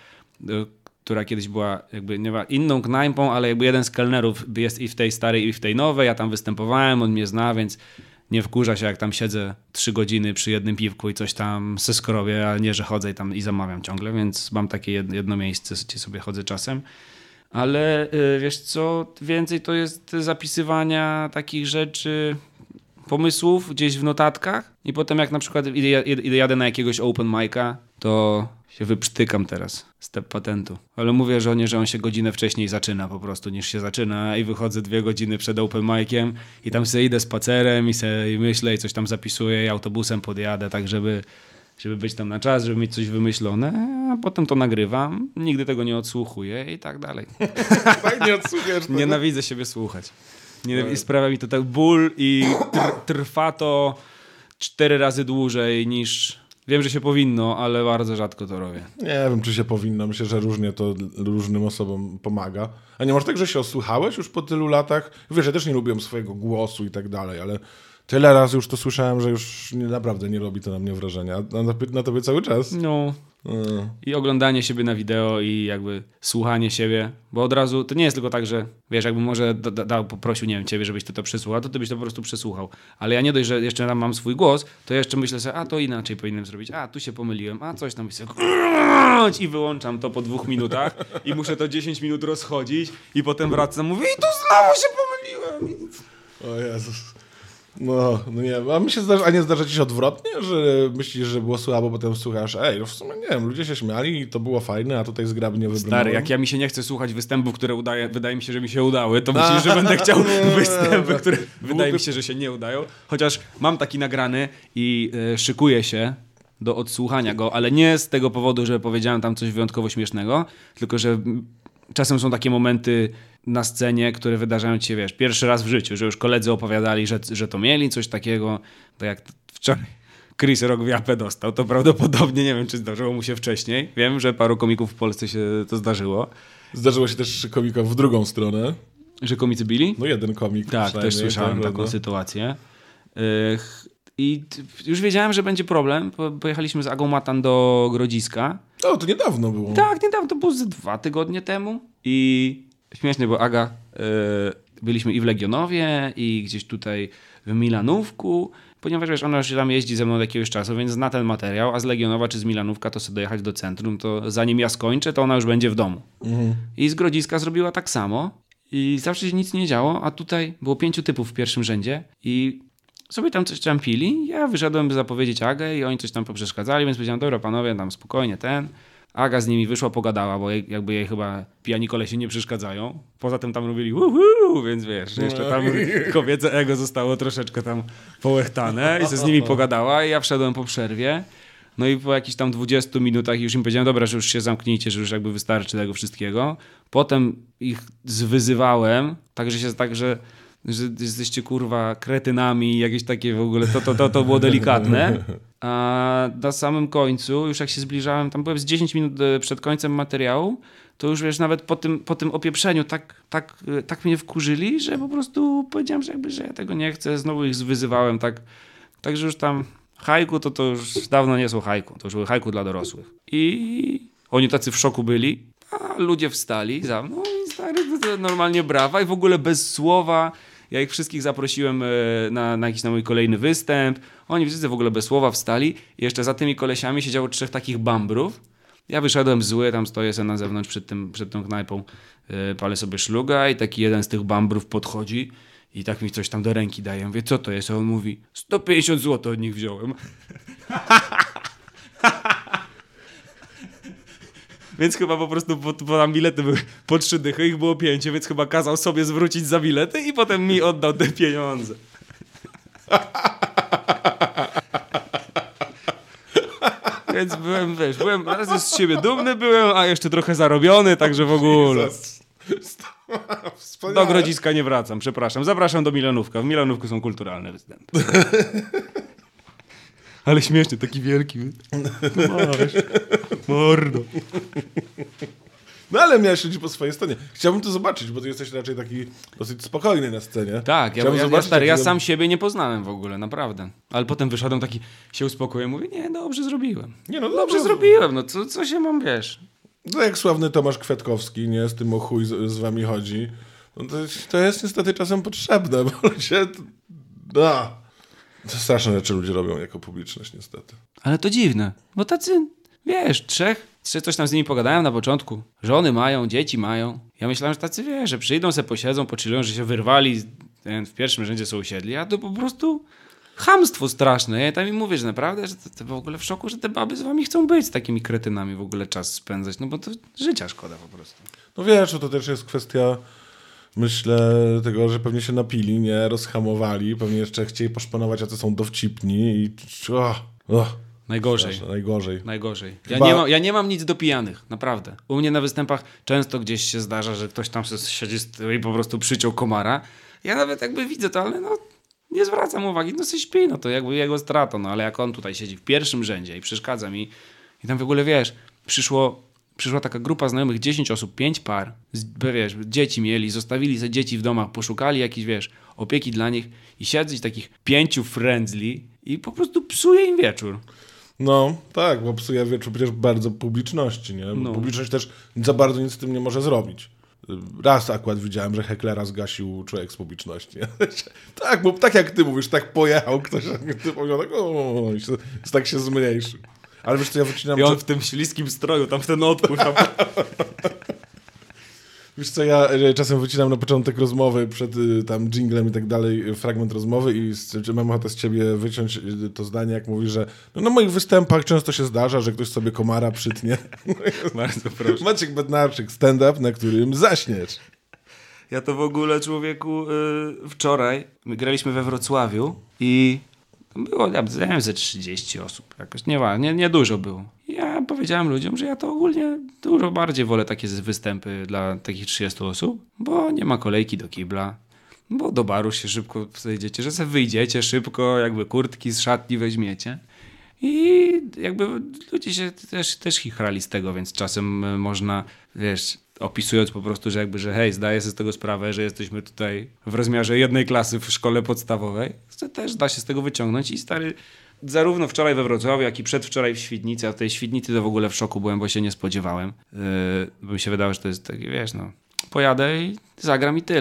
która kiedyś była jakby nie ma, inną knajpą, ale jakby jeden z kelnerów jest i w tej starej, i w tej nowej. Ja tam występowałem, on mnie zna, więc nie wkurza się, jak tam siedzę trzy godziny przy jednym piwku i coś tam se skrobię, ale nie, że chodzę i tam i zamawiam ciągle, więc mam takie jedno miejsce, gdzie sobie chodzę czasem. Ale wiesz co, więcej to jest zapisywania takich rzeczy, pomysłów gdzieś w notatkach i potem jak na przykład idę, idę jadę na jakiegoś open mic'a, to się wyprztykam teraz z tego patentu. Ale mówię żonie, że on się godzinę wcześniej zaczyna po prostu niż się zaczyna i wychodzę dwie godziny przed open mic'iem i tam sobie idę spacerem i sobie myślę i coś tam zapisuję i autobusem podjadę tak, żeby, żeby być tam na czas, żeby mieć coś wymyślone, a potem to nagrywam, nigdy tego nie odsłuchuję i tak dalej. Fajnie odsłuchujesz tego. Nienawidzę siebie słuchać. Nie, sprawia mi to tak ból i tr- trwa to cztery razy dłużej niż... Wiem, że się powinno, ale bardzo rzadko to robię. Nie wiem, czy się powinno. Myślę, że różnie to różnym osobom pomaga. A nie może tak, że się osłuchałeś już po tylu latach? Wiesz, ja też nie lubiłem swojego głosu i tak dalej, ale tyle razy już to słyszałem, że już nie, naprawdę nie robi to na mnie wrażenia. A na, na tobie cały czas? No. Hmm. I oglądanie siebie na wideo i jakby słuchanie siebie, bo od razu, to nie jest tylko tak, że wiesz, jakby może da, da, poprosił, nie wiem, ciebie, żebyś ty to przesłuchał, to ty byś to po prostu przesłuchał. Ale ja nie dość, że jeszcze tam mam swój głos, to jeszcze myślę sobie, a to inaczej powinienem zrobić, a tu się pomyliłem, a coś tam myślę, i wyłączam to po dwóch minutach i muszę to dziesięć minut rozchodzić i potem wracam, mówię i tu znowu się pomyliłem. O Jezus. No, no nie, a mi się zdarza, a nie zdarza ci się odwrotnie, że myślisz, że było słabo, potem słuchasz, ej, no w sumie nie wiem, ludzie się śmiali i to było fajne, a tutaj zgrabnie wybrnąłem. Stary, jak ja mi się nie chce słuchać występów, które udaje, wydaje mi się, że mi się udały, to myślisz, że będę chciał występy, które wydaje mi się, że się nie udają. Chociaż mam taki nagrany i y, szykuję się do odsłuchania go, ale nie z tego powodu, że powiedziałem tam coś wyjątkowo śmiesznego, tylko że czasem są takie momenty na scenie, które wydarzają ci się, wiesz, pierwszy raz w życiu, że już koledzy opowiadali, że, że to mieli, coś takiego, to jak wczoraj Chris Rock w japę dostał, to prawdopodobnie, nie wiem, czy zdarzyło mu się wcześniej. Wiem, że paru komików w Polsce się to zdarzyło. Zdarzyło się też komikom w drugą stronę. Że komicy bili? No jeden komik. Tak, też słyszałem tak, taką no. sytuację. I już wiedziałem, że będzie problem. Pojechaliśmy z Agą Matan do Grodziska. O, to niedawno było. Tak, niedawno, to było ze dwa tygodnie temu. I śmiesznie, bo Aga, byliśmy i w Legionowie, i gdzieś tutaj w Milanówku, ponieważ wiesz, ona już tam jeździ ze mną od jakiegoś czasu, więc zna ten materiał, a z Legionowa czy z Milanówka to sobie dojechać do centrum, to zanim ja skończę, to ona już będzie w domu. Mhm. I z Grodziska zrobiła tak samo i zawsze się nic nie działo, a tutaj było pięciu typów w pierwszym rzędzie i sobie tam coś tam pili, ja wyszedłem, by zapowiedzieć Agę i oni coś tam poprzeszkadzali, więc powiedziałem, dobra panowie, tam spokojnie, ten... Aga z nimi wyszła, pogadała, bo jej, jakby jej chyba pijani kolesie nie przeszkadzają. Poza tym tam robili uhu, więc wiesz, jeszcze tam kobiece ego zostało troszeczkę tam połechtane i się z nimi pogadała i ja wszedłem po przerwie. No i po jakichś tam dwudziestu minutach już im powiedziałem, dobra, że już się zamknijcie, że już jakby wystarczy tego wszystkiego. Potem ich zwyzywałem, także się tak, że że jesteście kurwa kretynami, jakieś takie w ogóle, to, to, to, to było delikatne. A na samym końcu, już jak się zbliżałem, tam byłem z dziesięć minut przed końcem materiału, to już wiesz, nawet po tym, po tym opieprzeniu tak, tak, tak mnie wkurzyli, że po prostu powiedziałem, że jakby, że ja tego nie chcę, znowu ich zwyzywałem, tak, także już tam haiku to to już dawno nie są haiku, to już były haiku dla dorosłych. I oni tacy w szoku byli, a ludzie wstali za mną i stary, to, to normalnie brawa i w ogóle bez słowa. Ja ich wszystkich zaprosiłem na, na jakiś na mój kolejny występ. Oni wszyscy w ogóle bez słowa wstali. I jeszcze za tymi kolesiami siedziało trzech takich bambrów. Ja wyszedłem zły, tam stoję sobie na zewnątrz przed, tym, przed tą knajpą, yy, palę sobie szluga i taki jeden z tych bambrów podchodzi i tak mi coś tam do ręki daje. Ja mówię, co to jest? A on mówi, sto pięćdziesiąt złotych od nich wziąłem. Więc chyba po prostu, bo, bo tam bilety były po trzy dychy, ich było pięciu, więc chyba kazał sobie zwrócić za bilety i potem mi oddał te pieniądze. Więc byłem, wiesz, byłem raz z siebie dumny byłem, a jeszcze trochę zarobiony, także w ogóle. Do Grodziska nie wracam, przepraszam. Zapraszam do Milanówka. W Milanówku są kulturalne występy. Ale śmiesznie, taki wielki. Masz, mordo. No ale miałeś ludzi po swojej stronie. Chciałbym to zobaczyć, bo ty jesteś raczej taki dosyć spokojny na scenie. Tak, ja, ja, ja, stary, ja sam siebie nie poznałem w ogóle, naprawdę. Ale potem wyszedłem taki, się uspokoiłem, mówię, nie, dobrze zrobiłem. Nie, no dobrze, dobrze zrobiłem, no co, co się mam, wiesz. No jak sławny Tomasz Kwiatkowski, nie, z tym o chuj z, z wami chodzi. No to, to jest niestety czasem potrzebne, bo ludzie... No. To straszne rzeczy ludzie robią jako publiczność, niestety. Ale to dziwne, bo tacy, wiesz, trzech, trzech coś tam z nimi pogadałem na początku. Żony mają, dzieci mają. Ja myślałem, że tacy, wiesz, że przyjdą, se posiedzą, pochillują, że się wyrwali, w pierwszym rzędzie są usiedli, a to po prostu chamstwo straszne. Ja tam im mówię, że naprawdę, że to, to w ogóle w szoku, że te baby z wami chcą być z takimi kretynami w ogóle czas spędzać, no bo to życia szkoda po prostu. No wiesz, to też jest kwestia... Myślę tego, że pewnie się napili, nie, rozhamowali, pewnie jeszcze chcieli poszpanować, a to są dowcipni i... Oh, oh, najgorzej. Straszne, najgorzej. Najgorzej. Ja, Chyba... nie mam, ja nie mam nic do pijanych, naprawdę. U mnie na występach często gdzieś się zdarza, że ktoś tam siedzi i po prostu przyciął komara. Ja nawet jakby widzę to, ale no nie zwracam uwagi, no sobie śpi, no to jakby jego strata, no ale jak on tutaj siedzi w pierwszym rzędzie i przeszkadza mi i tam w ogóle, wiesz, przyszło... Przyszła taka grupa znajomych, dziesięć osób, pięć par, wiesz, dzieci mieli, zostawili sobie dzieci w domach, poszukali jakiejś, wiesz, opieki dla nich i siedzeć takich pięciu friendly i po prostu psuje im wieczór. No, tak, bo psuje wieczór przecież bardzo publiczności, nie? No. Publiczność też za bardzo nic z tym nie może zrobić. Raz akurat widziałem, że heklera zgasił człowiek z publiczności. Tak, bo tak jak ty mówisz, tak pojechał ktoś, ty powiedział tak, o, i się, tak się zmniejszył. Ale wiesz co, ja wycinam... I on w tym śliskim stroju, tam w ten odpływ. Tam... Wiesz co, ja czasem wycinam na początek rozmowy przed tam dżinglem i tak dalej, fragment rozmowy i mam ochotę z ciebie wyciąć to zdanie, jak mówisz, że no, na moich występach często się zdarza, że ktoś sobie komara przytnie. Bardzo proszę. Maciek Bednarczyk, stand-up, na którym zaśniesz. Ja to w ogóle, człowieku, yy, wczoraj my graliśmy we Wrocławiu i było, ja wiem, ze trzydzieści osób. Jakoś nie, nie, nie dużo było. Ja powiedziałem ludziom, że ja to ogólnie dużo bardziej wolę takie występy dla takich trzydziestu osób, bo nie ma kolejki do kibla, bo do baru się szybko zejdziecie, że sobie wyjdziecie szybko, jakby kurtki z szatni weźmiecie. I jakby ludzie się też, też chichrali z tego, więc czasem można, wiesz, opisując po prostu, że jakby, że hej, zdaję sobie z tego sprawę, że jesteśmy tutaj w rozmiarze jednej klasy w szkole podstawowej, to też da się z tego wyciągnąć i stary, zarówno wczoraj we Wrocławiu, jak i przedwczoraj w Świdnicy, a w tej Świdnicy to w ogóle w szoku byłem, bo się nie spodziewałem, yy, bo mi się wydało, że to jest takie, wiesz, no, pojadę i zagram i tyle.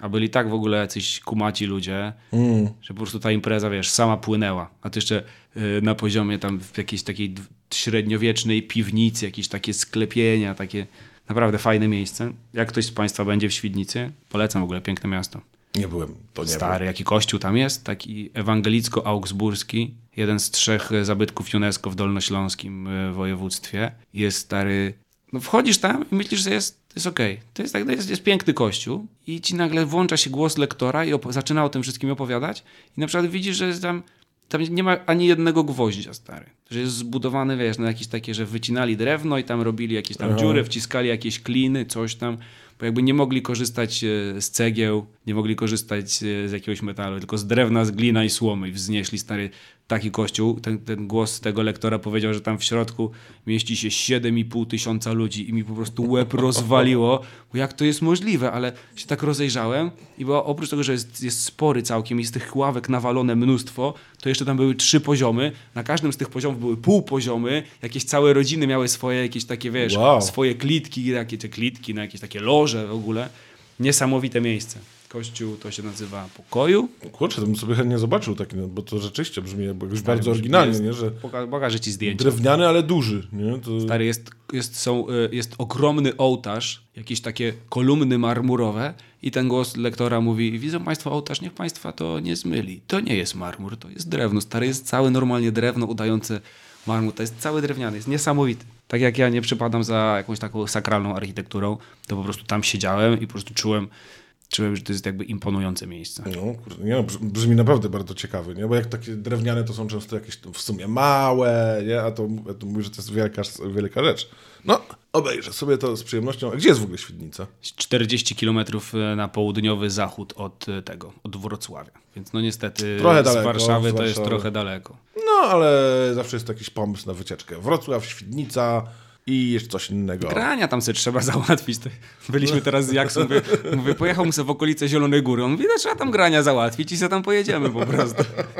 A byli tak w ogóle jacyś kumaci ludzie, Mm. że po prostu ta impreza, wiesz, sama płynęła. A to jeszcze y, na poziomie tam w jakiejś takiej d- średniowiecznej piwnicy, jakieś takie sklepienia, takie naprawdę fajne miejsce. Jak ktoś z Państwa będzie w Świdnicy, polecam w ogóle, piękne miasto. Nie byłem, to nie Stary, wiem. jaki kościół tam jest, taki ewangelicko-augsburski, jeden z trzech zabytków UNESCO w dolnośląskim y, województwie. Jest stary, no wchodzisz tam i myślisz, że jest, jest okej. Okay. To jest, tak, jest, jest piękny kościół i ci nagle włącza się głos lektora i op- zaczyna o tym wszystkim opowiadać i na przykład widzisz, że jest tam, tam nie ma ani jednego gwoździa, stary. Że jest zbudowany, wiesz, na jakieś takie, że wycinali drewno i tam robili jakieś tam Aha. dziury, wciskali jakieś kliny, coś tam. Bo jakby nie mogli korzystać e, z cegieł, nie mogli korzystać e, z jakiegoś metalu, tylko z drewna, z glina i słomy. I wznieśli stary taki kościół. Ten, ten głos tego lektora powiedział, że tam w środku mieści się siedem i pół tysiąca ludzi i mi po prostu łeb rozwaliło, bo jak to jest możliwe, ale się tak rozejrzałem i bo oprócz tego, że jest, jest spory całkiem i z tych ławek nawalone mnóstwo, to jeszcze tam były trzy poziomy. Na każdym z tych poziomów były półpoziomy. Jakieś całe rodziny miały swoje jakieś takie, wiesz, Wow. swoje klitki, jakieś te klitki, no jakieś takie loże w ogóle. Niesamowite miejsce. Kościół to się nazywa Pokoju. Kurczę, to bym sobie chętnie zobaczył taki, no, bo to rzeczywiście brzmi jakby jakoś Stary, bardzo jest- oryginalnie, nie? Że Poka- pokażę ci zdjęcie. drewniany, ale duży, nie? To... Stary, jest, jest, są, y, jest ogromny ołtarz, jakieś takie kolumny marmurowe i ten głos lektora mówi: widzą Państwo ołtarz, niech Państwa to nie zmyli. To nie jest marmur, to jest drewno. Stary, jest całe normalnie drewno udające marmur. To jest cały drewniany, jest niesamowity. Tak jak ja nie przypadam za jakąś taką sakralną architekturą, to po prostu tam siedziałem i po prostu czułem, czułem, że to jest jakby imponujące miejsce. No, kurde, nie, no, brz- brzmi naprawdę bardzo ciekawy, nie? Bo jak takie drewniane to są często jakieś w sumie małe, nie? A to, a to mówi, że to jest wielka, wielka rzecz. No, obejrzę sobie to z przyjemnością. A gdzie jest w ogóle Świdnica? czterdzieści kilometrów na południowy zachód od tego, od Wrocławia. Więc no niestety Trochę z daleko, Warszawy z to jest Warszawy. trochę daleko. No, ale zawsze jest jakiś pomysł na wycieczkę. Wrocław, Świdnica i jeszcze coś innego. Grania tam sobie trzeba załatwić. Byliśmy teraz z Jaksą, mówię, mówię pojechał mu sobie w okolice Zielonej Góry. On mówi, no trzeba tam grania załatwić i sobie tam pojedziemy po prostu.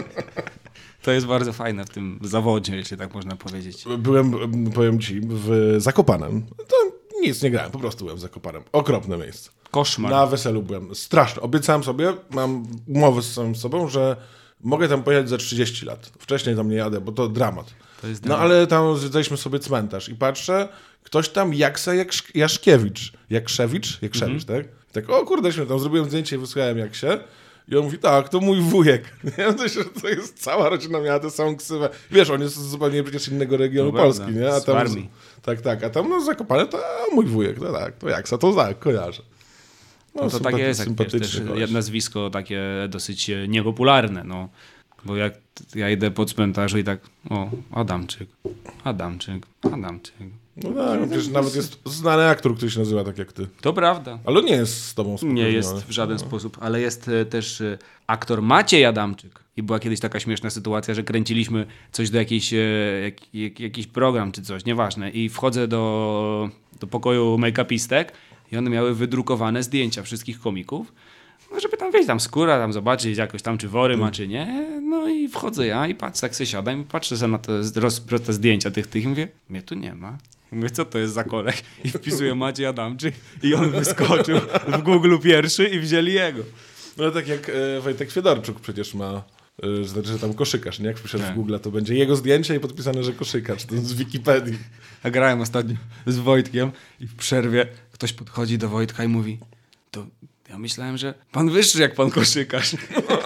To jest bardzo fajne w tym zawodzie, jeśli tak można powiedzieć. Byłem, powiem ci, w Zakopanem. To nic nie grałem, po prostu byłem w Zakopanem. Okropne miejsce. Koszmar. Na weselu byłem. Straszne. Obiecałem sobie, mam umowę z samym sobą, że mogę tam pojechać za trzydzieści lat. Wcześniej tam nie jadę, bo to dramat. To jest No dramat. ale tam zwiedzaliśmy sobie cmentarz i patrzę, ktoś tam Jaksa Jaksz- Jaszkiewicz. Jakszewicz? Jakszewicz, Mhm. tak? Tak, o kurde, śmieszne, tam zrobiłem zdjęcie i wysłałem Jaksie. I on mówi, tak, to mój wujek. Nie? To, się, to jest cała rodzina, miała tę samą ksywę. Wiesz, on jest z zupełnie przecież innego regionu No Polski, prawda, nie? A z tam, Warmii. tak, tak, a tam no Zakopane to a, mój wujek, to tak, to Jaksa, to tak, kojarzę. No to tak sympaty- jest, jak wiesz, też sympatyczny koleś. nazwisko takie dosyć e, niepopularne, no. Bo jak ja idę po cmentarzu i tak, o, Adamczyk, Adamczyk, Adamczyk. No tak, no przecież nawet jest znany aktor, który się nazywa tak jak ty. To prawda. Ale nie jest z tobą Nie spokrewniony. jest w żaden sposób, ale jest e, też e, aktor Maciej Adamczyk. I była kiedyś taka śmieszna sytuacja, że kręciliśmy coś do jakiejś, e, jak, jak, jakiś program czy coś, nieważne. I wchodzę do, do pokoju make-upistek i one miały wydrukowane zdjęcia wszystkich komików. No, żeby tam wejść, tam skóra, tam zobaczyć jakoś tam, czy wory ma, czy nie. No i wchodzę ja i patrzę, tak sobie siadam i patrzę sobie na te, roz, te zdjęcia tych, tych i mówię, mnie tu nie ma. Mówię, co to jest za kolek? I wpisuję Maciej Adamczyk i on wyskoczył w Google pierwszy i wzięli jego. No tak jak e, Wojtek Fiedorczuk przecież ma, e, znaczy, że tam koszykarz, nie? Jak wpiszesz Tak. w Google, to będzie jego zdjęcie i podpisane, że koszykarz, to z Wikipedii. Ja grałem ostatnio z Wojtkiem i w przerwie ktoś podchodzi do Wojtka i mówi, to ja myślałem, że pan wyższy jak pan koszykarz.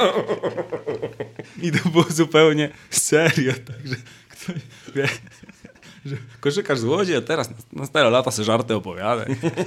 I to było zupełnie serio, także ktoś wie, że koszykarz z Łodzi, a teraz na stare lata se żarty opowiada.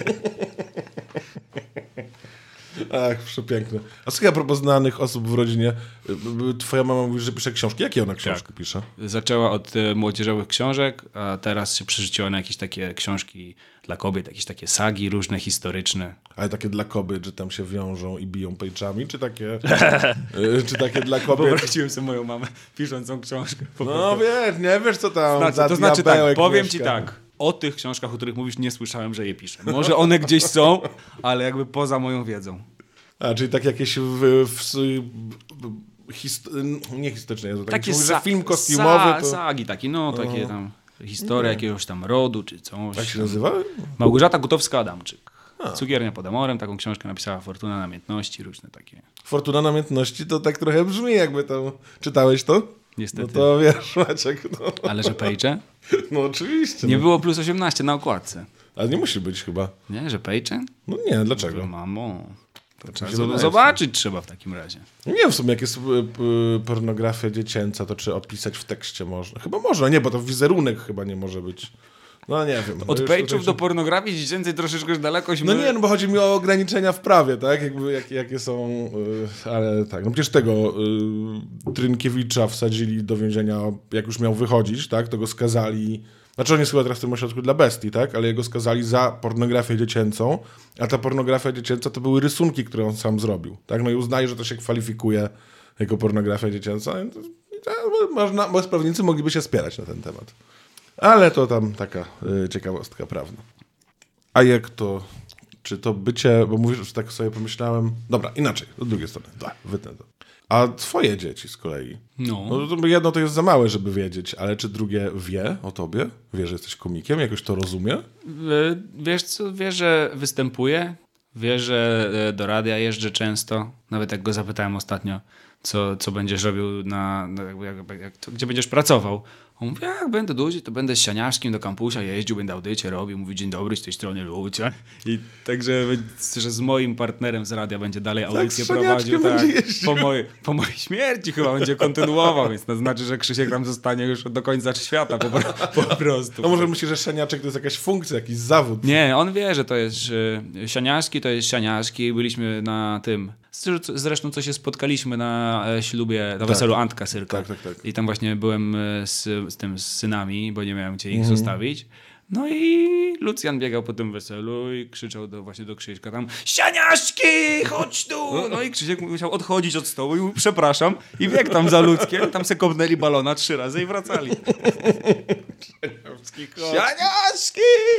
Ach, przepiękne. A słuchaj, a propos znanych osób w rodzinie, y, twoja mama mówi, że pisze książki. Jakie ona książki Tak. pisze? Zaczęła od e, młodzieżowych książek, a teraz się przerzuciła na jakieś takie książki dla kobiet, jakieś takie sagi różne, historyczne. Ale takie dla kobiet, że tam się wiążą i biją pejczami, czy takie, y, czy takie dla kobiet? Wyobraziłem sobie moją mamę piszącą książkę. Po No wiesz, nie wiesz co tam Znaczy, za to znaczy tak, diabełek powiem mieszka. ci tak, o tych książkach, o których mówisz, nie słyszałem, że je piszę. Może one gdzieś są, ale jakby poza moją wiedzą. A, czyli tak jakieś w, w, w, hist, nie historyczne, Jezu, tak Takie mówi, sa- że film kostiumowy sa- to... sagi takie, no, takie tam historia jakiegoś tam rodu czy coś. Jak się nazywa? Małgorzata Gutowska-Adamczyk. Cukiernia pod Amorem, taką książkę napisała Fortuna Namiętności, różne takie. Fortuna Namiętności to tak trochę brzmi, jakby tam... Czytałeś to? Niestety. No to wiesz, Maciek, no. Ale że Pejcze? No oczywiście. Nie no. było plus osiemnaście na okładce. Ale nie musi być chyba. Nie, że Pejcze? No nie, dlaczego? Mamo, to trzeba się z- wydaje, zobaczyć trzeba w takim razie. Nie wiem w sumie, jak jest y, y, pornografia dziecięca, to czy opisać w tekście można? Chyba można, nie, bo to wizerunek chyba nie może być. No nie wiem. Od Już Pejczów tutaj do się- pornografii dziecięcej troszeczkę już dalekośmy. No nie, no bo chodzi mi o ograniczenia w prawie, tak? Jakby, jak, jakie są, y, ale tak, no przecież tego y, Trynkiewicza wsadzili do więzienia, jak już miał wychodzić, tak? To go skazali, znaczy on jest chyba teraz w tym ośrodku dla bestii, tak? Ale jego skazali za pornografię dziecięcą, a ta pornografia dziecięca to były rysunki, które on sam zrobił, tak? No i uznaje, że to się kwalifikuje jako pornografia dziecięca. I to, i to, można, bo prawnicy mogliby się spierać na ten temat. Ale to tam taka y, ciekawostka prawna. A jak to, czy to bycie, bo mówisz, że tak sobie pomyślałem, dobra, inaczej, od drugiej strony, tak, wytnę to. A twoje dzieci z kolei, No. no to jedno to jest za małe, żeby wiedzieć, ale czy drugie wie o tobie? Wie, że jesteś komikiem? Jakoś to rozumie? W- Wiesz co, wie, że występuje, wie, że e, do radia jeżdżę często. Nawet jak go zapytałem ostatnio, co, co będziesz robił, na, na jakby, jak, jak, to, gdzie będziesz pracował. On mówi, jak będę duży, to będę z Sianiaszkiem do kampusa jeździł, będę audycie robił, mówi dzień dobry, z tej strony Lucia. I także że z moim partnerem z radia będzie dalej audycję z prowadził. Sianiaczkiem Tak, będzie jeździł. po, mojej, po mojej śmierci chyba będzie kontynuował, więc to znaczy, że Krzysiek tam zostanie już do końca świata po, po prostu. No może myślisz, że szaniaczek to jest jakaś funkcja, jakiś zawód? Nie, on wie, że to jest y, Sianiaszki, to jest Sianiaszki. Byliśmy na tym, zresztą co się spotkaliśmy na e, ślubie, na weselu Antka Syrka. Tak, tak, tak. I tam właśnie byłem e, z, z tym z synami, bo nie miałem gdzie ich zostawić. No i Lucjan biegał po tym weselu i krzyczał do, właśnie do Krzyśka tam Sianiaszki, chodź tu! No i Krzysiek musiał odchodzić od stołu i mówił, przepraszam. I biegł tam za Luckiem, tam se kopnęli balona trzy razy i wracali. Sianiaszki!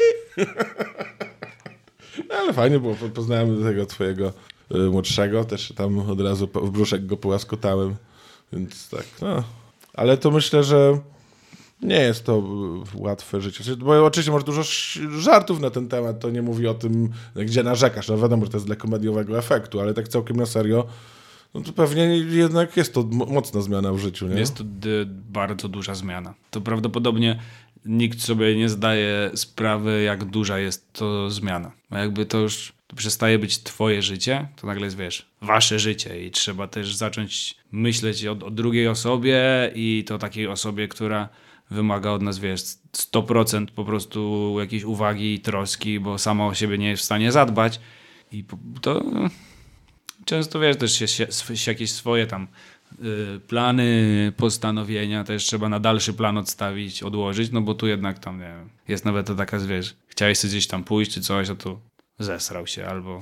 Ale fajnie było, po- poznałem tego twojego y, młodszego, też tam od razu po- w brzuszek go połaskotałem, więc tak, no. Ale to myślę, że nie jest to y, łatwe życie. Znaczy, bo oczywiście masz dużo ś- żartów na ten temat, to nie mówi o tym, gdzie narzekasz, no wiadomo, że to jest dla komediowego efektu, ale tak całkiem na serio, no to pewnie jednak jest to m- mocna zmiana w życiu, nie? Jest to d- bardzo duża zmiana. To prawdopodobnie nikt sobie nie zdaje sprawy, jak duża jest to zmiana. Bo jakby to już to przestaje być twoje życie, to nagle jest, wiesz, wasze życie i trzeba też zacząć myśleć o, o drugiej osobie i to takiej osobie, która wymaga od nas, wiesz, sto procent po prostu jakiejś uwagi i troski, bo sama o siebie nie jest w stanie zadbać i po- to często, wiesz, też się, się, się jakieś swoje tam y, plany, postanowienia też trzeba na dalszy plan odstawić, odłożyć, no bo tu jednak tam, nie wiem, jest nawet to taka, wiesz, chciałeś sobie gdzieś tam pójść czy coś, a tu zesrał się albo,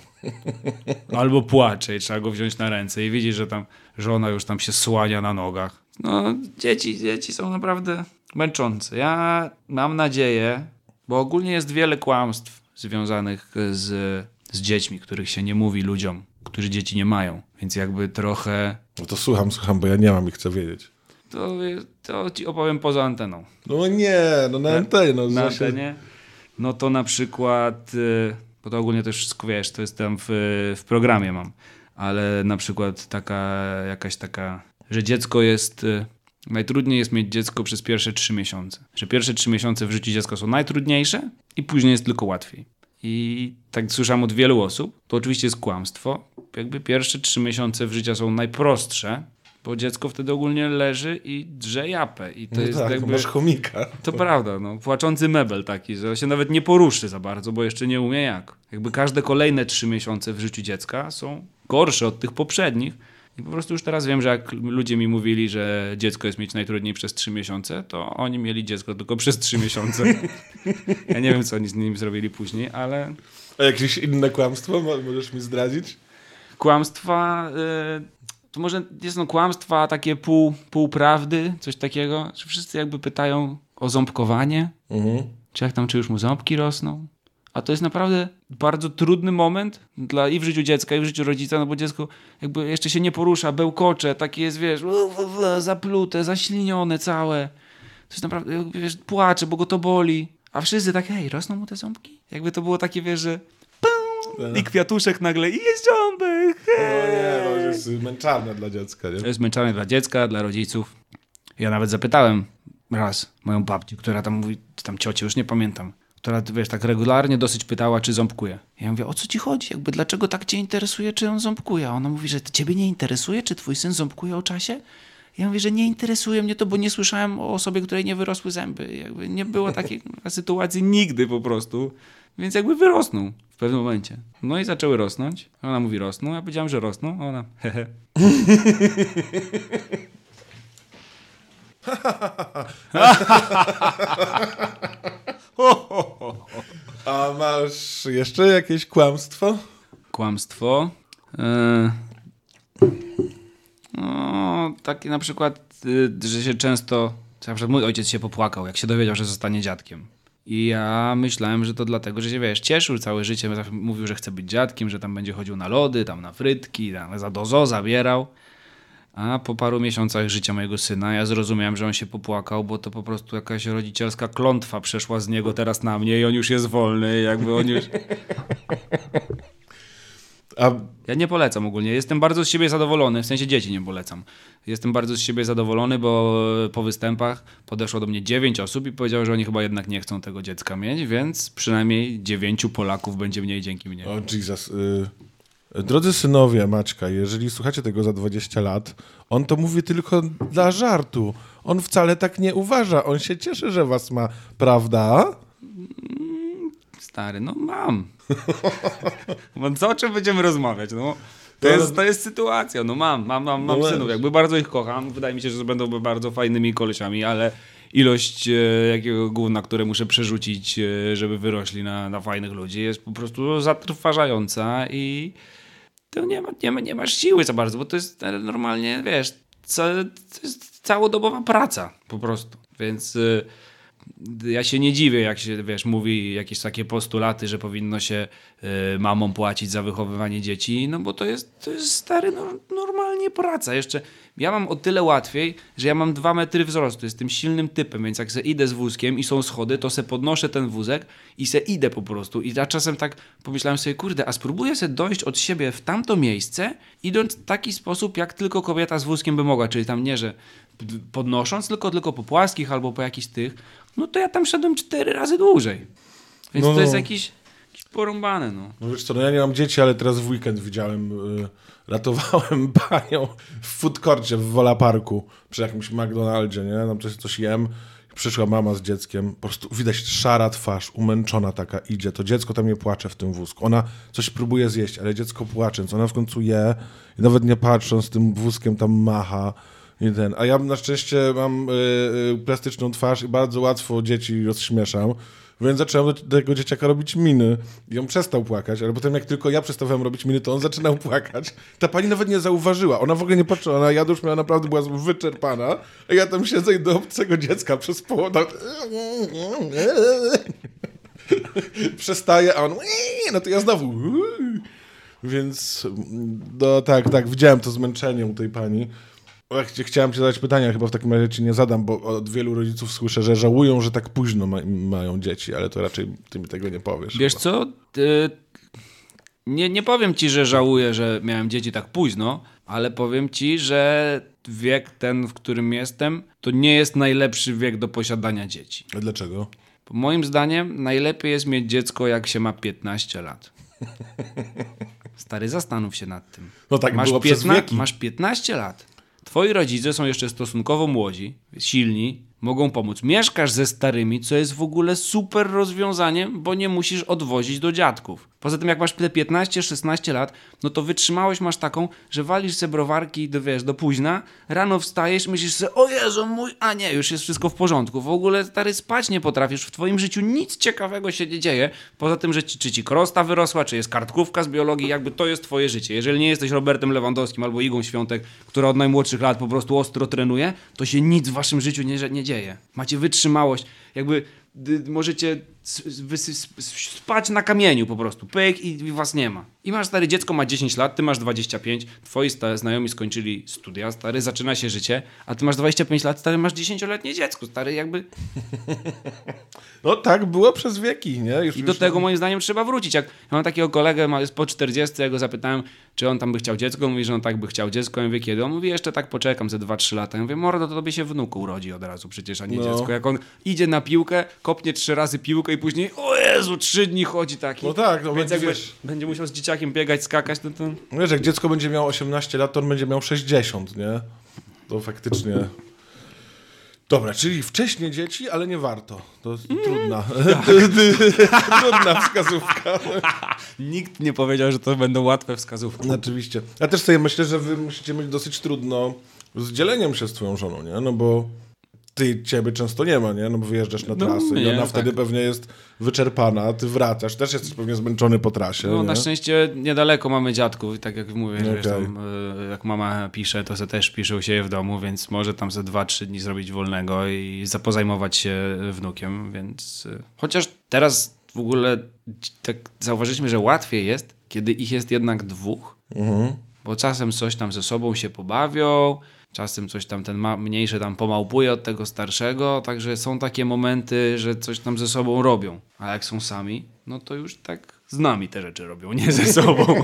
albo płacze i trzeba go wziąć na ręce i widzisz, że tam żona już tam się słania na nogach. No, dzieci, dzieci są naprawdę męczące. Ja mam nadzieję, bo ogólnie jest wiele kłamstw związanych z, z dziećmi, których się nie mówi ludziom, którzy dzieci nie mają. Więc jakby trochę No to słucham, słucham, bo ja nie mam i chcę wiedzieć. to, to ci opowiem poza anteną. No nie, no na antenie. No, Na Zosia- antenie? No to na przykład, y, bo to ogólnie też wszystko wiesz, to jest tam w, w programie mam, ale na przykład taka, jakaś taka, że dziecko jest, y, najtrudniej jest mieć dziecko przez pierwsze trzy miesiące. Że pierwsze trzy miesiące w życiu dziecka są najtrudniejsze i później jest tylko łatwiej. I tak słyszałem od wielu osób, to oczywiście jest kłamstwo. Jakby pierwsze trzy miesiące w życiu są najprostsze, bo dziecko wtedy ogólnie leży i drze japę. I to no jest tak, jakby... masz chomika. To prawda, no. Płaczący mebel taki, że się nawet nie poruszy za bardzo, bo jeszcze nie umie jak. Jakby każde kolejne trzy miesiące w życiu dziecka są gorsze od tych poprzednich. I po prostu już teraz wiem, że jak ludzie mi mówili, że dziecko jest mieć najtrudniej przez trzy miesiące, to oni mieli dziecko tylko przez trzy miesiące. Ja nie wiem, co oni z nim zrobili później, ale A jakieś inne kłamstwo mo- możesz mi zdradzić? kłamstwa... Yy... To może jest no kłamstwa, takie pół, pół prawdy, coś takiego, że wszyscy jakby pytają o ząbkowanie, Mhm. czy jak tam, czy już mu ząbki rosną. A to jest naprawdę bardzo trudny moment dla i w życiu dziecka, i w życiu rodzica, no bo dziecko jakby jeszcze się nie porusza, bełkocze, takie jest, wiesz, zaplute, zaślinione całe. To jest naprawdę, jakby, wiesz, płacze, bo go to boli. A wszyscy tak, hej, rosną mu te ząbki? Jakby to było takie, wiesz, że i kwiatuszek nagle i jest ząbek. No nie, no to jest męczarne dla dziecka, nie? To jest męczarne dla dziecka, dla rodziców. Ja nawet zapytałem raz moją babcię, która tam mówi, czy tam ciocię, już nie pamiętam, która, wiesz, tak regularnie dosyć pytała, czy ząbkuje. Ja mówię, o co ci chodzi? Jakby dlaczego tak cię interesuje, czy on ząbkuje? A ona mówi, że ciebie nie interesuje, czy twój syn ząbkuje o czasie? Ja mówię, że nie interesuje mnie to, bo nie słyszałem o osobie, której nie wyrosły zęby. Jakby nie było takiej sytuacji nigdy po prostu. Więc jakby wyrosnął w pewnym momencie. No i zaczęły rosnąć. Ona mówi, rosną. Ja powiedziałem, że rosną. A ona, hehe. A masz jeszcze jakieś kłamstwo? Kłamstwo. Yy... No, takie na przykład, yy, że się często... Na przykład mój ojciec się popłakał, jak się dowiedział, że zostanie dziadkiem. I ja myślałem, że to dlatego, że się, wiesz, cieszył całe życie. Mówił, że chce być dziadkiem, że tam będzie chodził na lody, tam na frytki, tam za do zoo zabierał. A po paru miesiącach życia mojego syna ja zrozumiałem, że on się popłakał, bo to po prostu jakaś rodzicielska klątwa przeszła z niego teraz na mnie i on już jest wolny, jakby on już... A... Ja nie polecam ogólnie. Jestem bardzo z siebie zadowolony, w sensie dzieci nie polecam. Jestem bardzo z siebie zadowolony, bo po występach podeszło do mnie dziewięć osób i powiedziało, że oni chyba jednak nie chcą tego dziecka mieć, więc przynajmniej dziewięciu Polaków będzie mniej dzięki mnie. O Jesus. Y... Drodzy synowie Maćka, jeżeli słuchacie tego za dwadzieścia lat, on to mówi tylko dla żartu. On wcale tak nie uważa. On się cieszy, że was ma, prawda? Stary, no mam. No co, o czym będziemy rozmawiać? No, to, jest, to jest sytuacja. No mam, mam, mam, mam no synów. Jakby bardzo ich kocham. Wydaje mi się, że będą bardzo fajnymi kolesiami, ale ilość e, jakiego gówna, które muszę przerzucić, e, żeby wyrośli na, na fajnych ludzi, jest po prostu zatrważająca i to nie, ma, nie, ma, nie masz siły za bardzo, bo to jest normalnie, wiesz, co, to jest całodobowa praca po prostu. Więc e, ja się nie dziwię, jak się, wiesz, mówi jakieś takie postulaty, że powinno się y, mamom płacić za wychowywanie dzieci, no bo to jest, to jest stary, no, normalnie praca. Jeszcze ja mam o tyle łatwiej, że ja mam dwa metry wzrostu, jestem silnym typem, więc jak se idę z wózkiem i są schody, to se podnoszę ten wózek i se idę po prostu. I ja czasem tak pomyślałem sobie, kurde, a spróbuję se dojść od siebie w tamto miejsce, idąc w taki sposób, jak tylko kobieta z wózkiem by mogła, czyli tam nie, że podnosząc, tylko, tylko po płaskich albo po jakichś tych, no to ja tam szedłem cztery razy dłużej. Więc no, to jest no. jakiś, jakiś porąbane, no. No wiesz co, no ja nie mam dzieci, ale teraz w weekend widziałem, y, ratowałem panią w food courcie w Wola Parku przy jakimś McDonaldzie, nie? Tam coś, coś jem. Przyszła mama z dzieckiem, po prostu widać szara twarz, umęczona taka idzie. To dziecko tam nie płacze w tym wózku. Ona coś próbuje zjeść, ale dziecko płacząc. Ona w końcu je i nawet nie patrząc tym wózkiem tam macha. I ten. A ja na szczęście mam y, y, plastyczną twarz i bardzo łatwo dzieci rozśmieszam, więc zacząłem do tego dzieciaka robić miny. I on przestał płakać, ale potem jak tylko ja przestawałem robić miny, to on zaczynał płakać. Ta pani nawet nie zauważyła. Ona w ogóle nie patrzyła. Ona jadła, już miała naprawdę, była wyczerpana. A ja tam siedzę i do obcego dziecka przez połowę przestaje, a on no to ja znowu więc no tak, tak, widziałem to zmęczenie u tej pani. Chciałem ci zadać pytania, chyba w takim razie ci nie zadam, bo od wielu rodziców słyszę, że żałują, że tak późno ma, mają dzieci, ale to raczej ty mi tego nie powiesz. Wiesz chyba. co? Ty... Nie, nie powiem ci, że żałuję, że miałem dzieci tak późno, ale powiem ci, że wiek ten, w którym jestem, to nie jest najlepszy wiek do posiadania dzieci. A dlaczego? Bo moim zdaniem najlepiej jest mieć dziecko, jak się ma piętnaście lat. Stary, zastanów się nad tym. No tak masz było przez wieki. Masz piętnaście lat. Twoi rodzice są jeszcze stosunkowo młodzi, silni, mogą pomóc. Mieszkasz ze starymi, co jest w ogóle super rozwiązaniem, bo nie musisz odwozić do dziadków. Poza tym jak masz te piętnaście szesnaście lat, no to wytrzymałość masz taką, że walisz se browarki do, wiesz, do późna, rano wstajesz, myślisz sobie, o Jezu mój, a nie, już jest wszystko w porządku. W ogóle stary spać nie potrafisz, w twoim życiu nic ciekawego się nie dzieje, poza tym, że ci, czy ci krosta wyrosła, czy jest kartkówka z biologii, jakby to jest twoje życie. Jeżeli nie jesteś Robertem Lewandowskim albo Igą Świątek, która od najmłodszych lat po prostu ostro trenuje, to się nic w waszym życiu nie, nie dzieje. Macie wytrzymałość, jakby d- możecie spać na kamieniu po prostu, pyk i was nie ma. I masz, stary, dziecko ma dziesięć lat, ty masz dwadzieścia pięć, twoi stary, znajomi skończyli studia, stary, zaczyna się życie, a ty masz dwadzieścia pięć lat, stary, masz dziesięcioletnie dziecko, stary, jakby... No tak było przez wieki, nie? Już, I do już tego mam... moim zdaniem trzeba wrócić. Jak ja mam takiego kolegę, ma, jest po czterdziestce, ja go zapytałem, czy on tam by chciał dziecko, on mówi, że on tak by chciał dziecko, ja mówię, kiedy? On mówi, jeszcze tak poczekam ze dwa trzy lata. Ja mówię, mordo, to tobie się wnuk urodzi od razu przecież, a nie No. dziecko. Jak on idzie na piłkę, kopnie trzy razy piłkę i później, o Jezu, trzy dni chodzi taki. No tak, no Więc będzie, jakby wiesz, będzie musiał z dzieciakiem biegać, skakać, no to... wiesz, jak dziecko będzie miało osiemnaście lat, to on będzie miał sześćdziesiąt, nie? To faktycznie... Dobra, czyli wcześnie dzieci, ale nie warto. To jest trudna. trudna wskazówka. Nikt nie powiedział, że to będą łatwe wskazówki. No, oczywiście. Ja też sobie myślę, że wy musicie mieć dosyć trudno z dzieleniem się z twoją żoną, nie? No bo ty, ciebie często nie ma, nie? No bo wyjeżdżasz na No, trasy i nie, ona tak. wtedy pewnie jest wyczerpana, ty wracasz, też jesteś pewnie zmęczony po trasie, No nie? na szczęście niedaleko mamy dziadków i tak jak mówię, że Okej. tam, y, jak mama pisze, to se też pisze u siebie w domu, więc może tam ze dwa trzy dni zrobić wolnego i zapozajmować się wnukiem, więc y, chociaż teraz w ogóle tak zauważyliśmy, że łatwiej jest, kiedy ich jest jednak dwóch, Mhm. bo czasem coś tam ze sobą się pobawią, czasem coś tam ten ma, mniejszy tam pomałpuje od tego starszego, także są takie momenty, że coś tam ze sobą robią. A jak są sami, no to już tak z nami te rzeczy robią, nie ze sobą.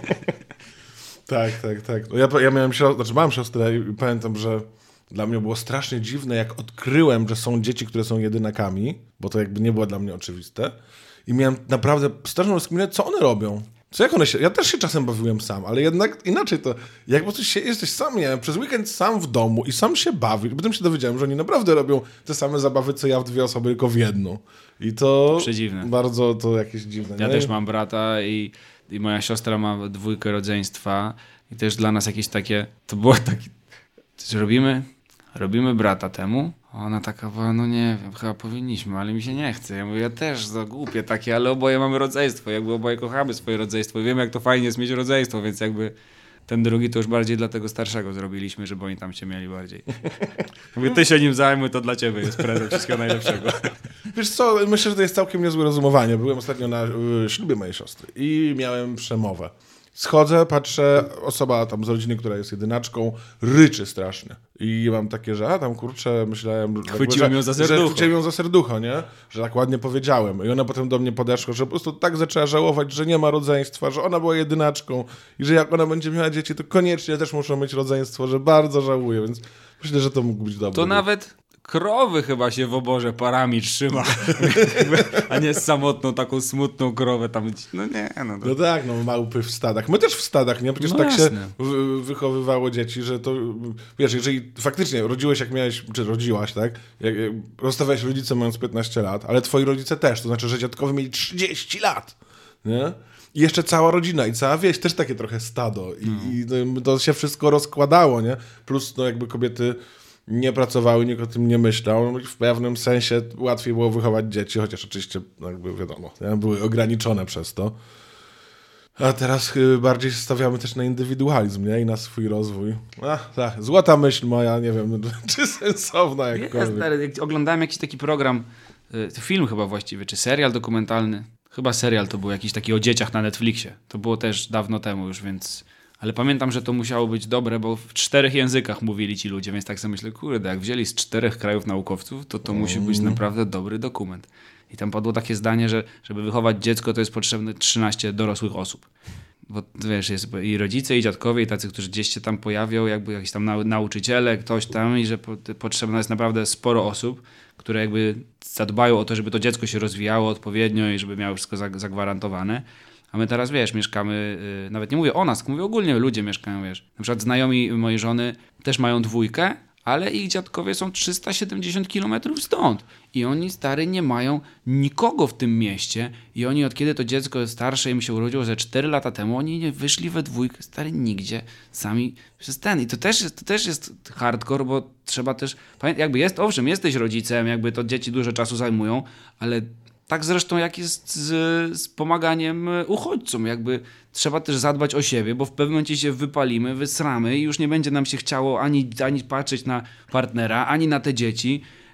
Tak, tak, tak. No ja, ja miałem siostrę, znaczy mam siostrę i pamiętam, że dla mnie było strasznie dziwne, jak odkryłem, że są dzieci, które są jedynakami, bo to jakby nie było dla mnie oczywiste. I miałem naprawdę straszną rozkminę, co one robią. Co jak one się... Ja też się czasem bawiłem sam, ale jednak inaczej to... Jak po prostu się, jesteś sam, nie wiem, przez weekend sam w domu i sam się bawisz. Potem się dowiedziałem, że oni naprawdę robią te same zabawy, co ja w dwie osoby, tylko w jedną. I to... Przedziwne. Bardzo to jakieś dziwne. Ja nie? też mam brata i, i moja siostra ma dwójkę rodzeństwa i też dla nas jakieś takie... To było takie... Coś robimy? Robimy brata temu? A ona taka była, no nie wiem, chyba powinniśmy, ale mi się nie chce. Ja mówię, ja też za głupie takie, ale oboje mamy rodzeństwo, jakby oboje kochamy swoje rodzeństwo i wiemy, jak to fajnie jest mieć rodzeństwo, więc jakby ten drugi to już bardziej dla tego starszego zrobiliśmy, żeby oni tam się mieli bardziej. Mówię, ty się nim zajmuj, to dla ciebie jest prezent, wszystkiego najlepszego. Wiesz co, myślę, że to jest całkiem niezłe rozumowanie. Byłem ostatnio na y, ślubie mojej siostry i miałem przemowę. Schodzę, patrzę, osoba tam z rodziny, która jest jedynaczką, ryczy strasznie. I mam takie, że a tam kurczę, myślałem... Chwyciłem że, ją za że serducho. Chwyciłem ją za serducho, nie? Że tak ładnie powiedziałem. I ona potem do mnie podeszła, że po prostu tak zaczęła żałować, że nie ma rodzeństwa, że ona była jedynaczką i że jak ona będzie miała dzieci, to koniecznie też muszą mieć rodzeństwo, że bardzo żałuję, więc myślę, że to mógł być dobry. To nawet krowy chyba się w oborze parami trzyma, a nie samotną, taką smutną krowę tam. No nie, no to... No tak, no małpy w stadach. My też w stadach, nie? Przecież No tak jasne. się wy- wychowywało dzieci, że to, wiesz, jeżeli faktycznie rodziłeś jak miałeś, czy rodziłaś, tak? Jak, jak rozstawiałeś rodzice mając piętnaście lat, ale twoi rodzice też, to znaczy, że dziadkowie mieli trzydzieści lat, nie? I jeszcze cała rodzina i cała wieś, też takie trochę stado. I, No. i no, to się wszystko rozkładało, nie? Plus, no jakby kobiety nie pracowały, nikt o tym nie myślał. W pewnym sensie łatwiej było wychować dzieci, chociaż oczywiście, no jakby wiadomo, nie? Były ograniczone przez to. A teraz y, bardziej stawiamy też na indywidualizm, nie? I na swój rozwój. Ach, tak, złota myśl moja, nie wiem, czy sensowna Ja, jakkolwiek. stary, jak oglądałem jakiś taki program, y, film chyba właściwie, czy serial dokumentalny. Chyba serial to był jakiś taki o dzieciach na Netflixie. To było też dawno temu już, więc... Ale pamiętam, że to musiało być dobre, bo w czterech językach mówili ci ludzie, więc tak sobie myślę, kurde, jak wzięli z czterech krajów naukowców, to to musi być naprawdę dobry dokument. I tam padło takie zdanie, że żeby wychować dziecko, to jest potrzebne trzynaście dorosłych osób. Bo wiesz, jest i rodzice, i dziadkowie, i tacy, którzy gdzieś się tam pojawią, jakby jakieś tam nau- nauczyciele, ktoś tam, i że po, potrzebne jest naprawdę sporo osób, które jakby zadbają o to, żeby to dziecko się rozwijało odpowiednio i żeby miało wszystko zag- zagwarantowane. A my teraz, wiesz, mieszkamy, yy, nawet nie mówię o nas, tylko mówię ogólnie, ludzie mieszkają, wiesz. Na przykład znajomi mojej żony też mają dwójkę, ale ich dziadkowie są trzysta siedemdziesiąt kilometrów stąd. I oni, stary, nie mają nikogo w tym mieście. I oni od kiedy to dziecko starsze im się urodziło, ze cztery lata temu, oni nie wyszli we dwójkę, stary, nigdzie, sami przez ten. I to też jest, to też jest hardcore, bo trzeba też, jakby jest, owszem, jesteś rodzicem, jakby to dzieci dużo czasu zajmują, ale tak zresztą jak jest z, z pomaganiem uchodźcom, jakby trzeba też zadbać o siebie, bo w pewnym momencie się wypalimy, wysramy i już nie będzie nam się chciało ani, ani patrzeć na partnera, ani na te dzieci,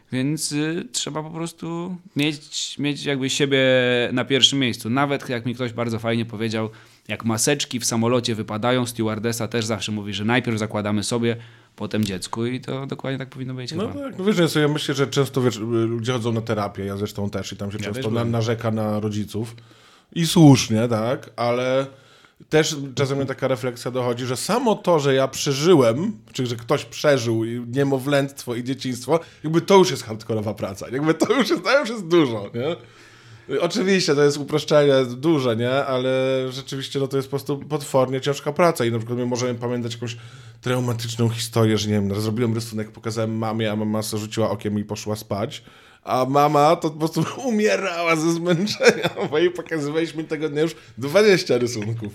Więc y, trzeba po prostu mieć, mieć jakby siebie na pierwszym miejscu. Nawet jak mi ktoś bardzo fajnie powiedział, jak maseczki w samolocie wypadają, stewardessa też zawsze mówi, że najpierw zakładamy sobie, potem dziecku i to dokładnie tak powinno być. No chyba. tak, no wiesz, ja sobie myślę, że często wiesz, ludzie chodzą na terapię, ja zresztą też i tam się Ja często też na, byłem. narzeka na rodziców i słusznie, tak, ale też czasem mnie taka refleksja dochodzi, że samo to, że ja przeżyłem, czy że ktoś przeżył i niemowlęctwo i dzieciństwo, jakby to już jest hardkorowa praca, jakby to już jest, to już jest dużo, nie? Oczywiście to jest uproszczenie duże, nie? Ale rzeczywiście no, to jest po prostu potwornie ciężka praca i na przykład my możemy pamiętać jakąś traumatyczną historię, że nie wiem, zrobiłem rysunek, pokazałem mamie, a mama sobie rzuciła okiem i poszła spać, a mama to po prostu umierała ze zmęczenia, bo jej pokazywaliśmy tego dnia już dwadzieścia rysunków.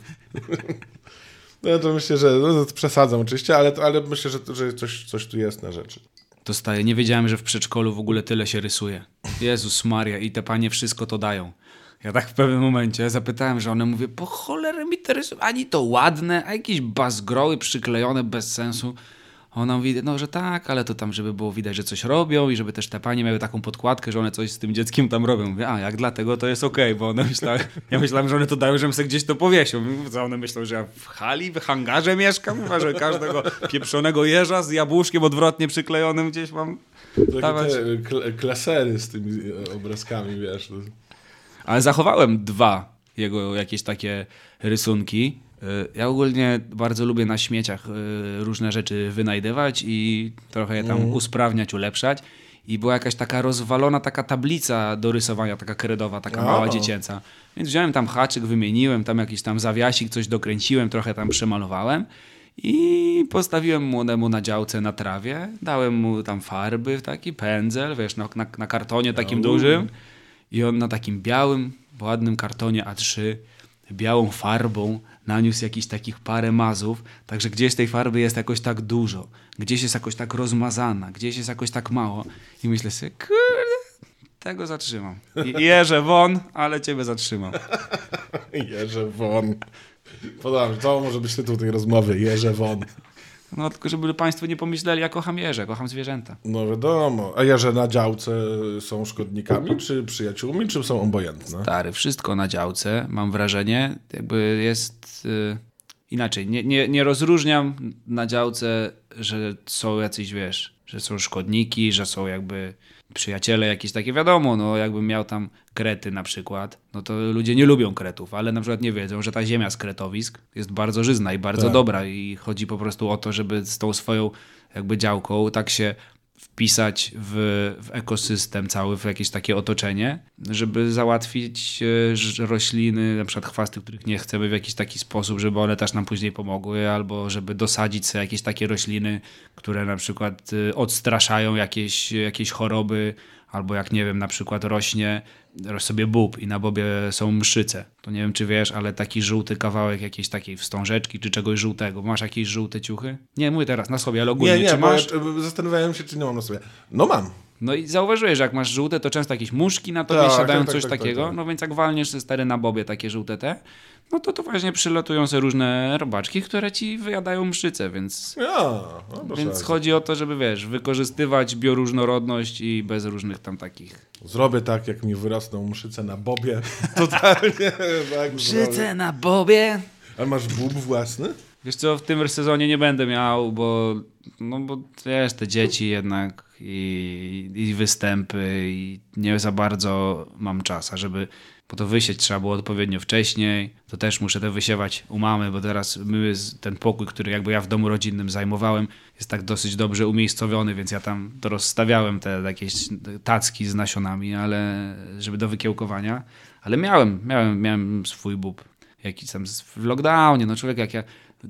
No to myślę, że no, to przesadzam oczywiście, ale, ale myślę, że, że coś, coś tu jest na rzeczy. Dostaję. Nie wiedziałem, że w przedszkolu w ogóle tyle się rysuje. Jezus Maria, i te panie wszystko to dają. Ja tak w pewnym momencie zapytałem żonę, mówię, po cholerę mi te rysy, ani to ładne, a jakieś bazgroły przyklejone bez sensu. Ona mówi, no, że tak, ale to tam, żeby było widać, że coś robią i żeby też te panie miały taką podkładkę, że one coś z tym dzieckiem tam robią. Mówię, a jak dlatego to jest okej, okay, bo one myślały, ja myślałem, że one to dają, żebym sobie gdzieś to powiesił. Mówię, co one myślą, że ja w hali, w hangarze mieszkam? Mówię, że każdego pieprzonego jeża z jabłuszkiem odwrotnie przyklejonym gdzieś mam dawać. Takie te kl- klasery z tymi obrazkami, wiesz. To... Ale zachowałem dwa jego jakieś takie rysunki. Ja ogólnie bardzo lubię na śmieciach różne rzeczy wynajdywać i trochę je tam mm. usprawniać, ulepszać. I była jakaś taka rozwalona taka tablica do rysowania, taka kredowa, taka o. mała dziecięca. Więc wziąłem tam haczyk, wymieniłem, tam jakiś tam zawiasik, coś dokręciłem, trochę tam przemalowałem i postawiłem młodemu na działce na trawie. Dałem mu tam farby, taki pędzel, wiesz, na, na, na kartonie takim o. dużym. I on na takim białym, ładnym kartonie A trzy, białą farbą naniósł jakiś takich parę mazów, także gdzieś tej farby jest jakoś tak dużo, gdzieś jest jakoś tak rozmazana, gdzieś jest jakoś tak mało i myślę sobie, kurde, tego zatrzymam. I jeżę won, ale ciebie zatrzymam. Jeżę won. Podoba mi się, to może być tytuł tej rozmowy, jeżę won. No tylko żeby państwo nie pomyśleli, ja kocham jeże, kocham zwierzęta. No wiadomo. A jeże na działce są szkodnikami, czy przyjaciółmi, czy są obojętne? Stary, wszystko na działce, mam wrażenie, jakby jest yy, inaczej. Nie, nie, nie rozróżniam na działce, że są jacyś, wiesz, że są szkodniki, że są jakby przyjaciele jakieś takie, wiadomo, no jakbym miał tam krety na przykład, no to ludzie nie lubią kretów, ale na przykład nie wiedzą, że ta ziemia z kretowisk jest bardzo żyzna i bardzo tak. dobra i chodzi po prostu o to, żeby z tą swoją jakby działką tak się wpisać w, w ekosystem cały, w jakieś takie otoczenie, żeby załatwić e, rośliny, na przykład chwasty, których nie chcemy w jakiś taki sposób, żeby one też nam później pomogły, albo żeby dosadzić sobie jakieś takie rośliny, które na przykład e, odstraszają jakieś, jakieś choroby, albo jak nie wiem, na przykład rośnie sobie bób i na bobie są mszyce. To nie wiem, czy wiesz, ale taki żółty kawałek jakiejś takiej wstążeczki, czy czegoś żółtego. Masz jakieś żółte ciuchy? Nie, mówię teraz na sobie, ale ogólnie. Nie, nie, czy masz? Ja zastanawiałem się, czy nie mam na sobie. No mam. No i zauważyłeś, że jak masz żółte, to często jakieś muszki na tobie tak, siadają, tak, tak, coś tak, takiego. tak, tak. No więc jak walniesz ze stary na bobie takie żółte te, no to to właśnie przylatują sobie różne robaczki, które ci wyjadają mszyce, więc... Ja, no, Więc racji. chodzi o to, żeby, wiesz, wykorzystywać bioróżnorodność i bez różnych tam takich... Zrobię tak, jak mi wyrosną mszyce na bobie. Totalnie. Tak, Mszyce zrobię. na bobie! A masz bób własny? Wiesz co, w tym sezonie nie będę miał, bo, no bo wiesz, te dzieci jednak i, i występy i nie za bardzo mam czas, żeby, bo to wysieć trzeba było odpowiednio wcześniej, to też muszę te wysiewać u mamy, bo teraz my, ten pokój, który jakby ja w domu rodzinnym zajmowałem, jest tak dosyć dobrze umiejscowiony, więc ja tam to rozstawiałem te jakieś tacki z nasionami, ale żeby do wykiełkowania, ale miałem, miałem, miałem swój bób. Jakiś tam w lockdownie, no człowiek jak ja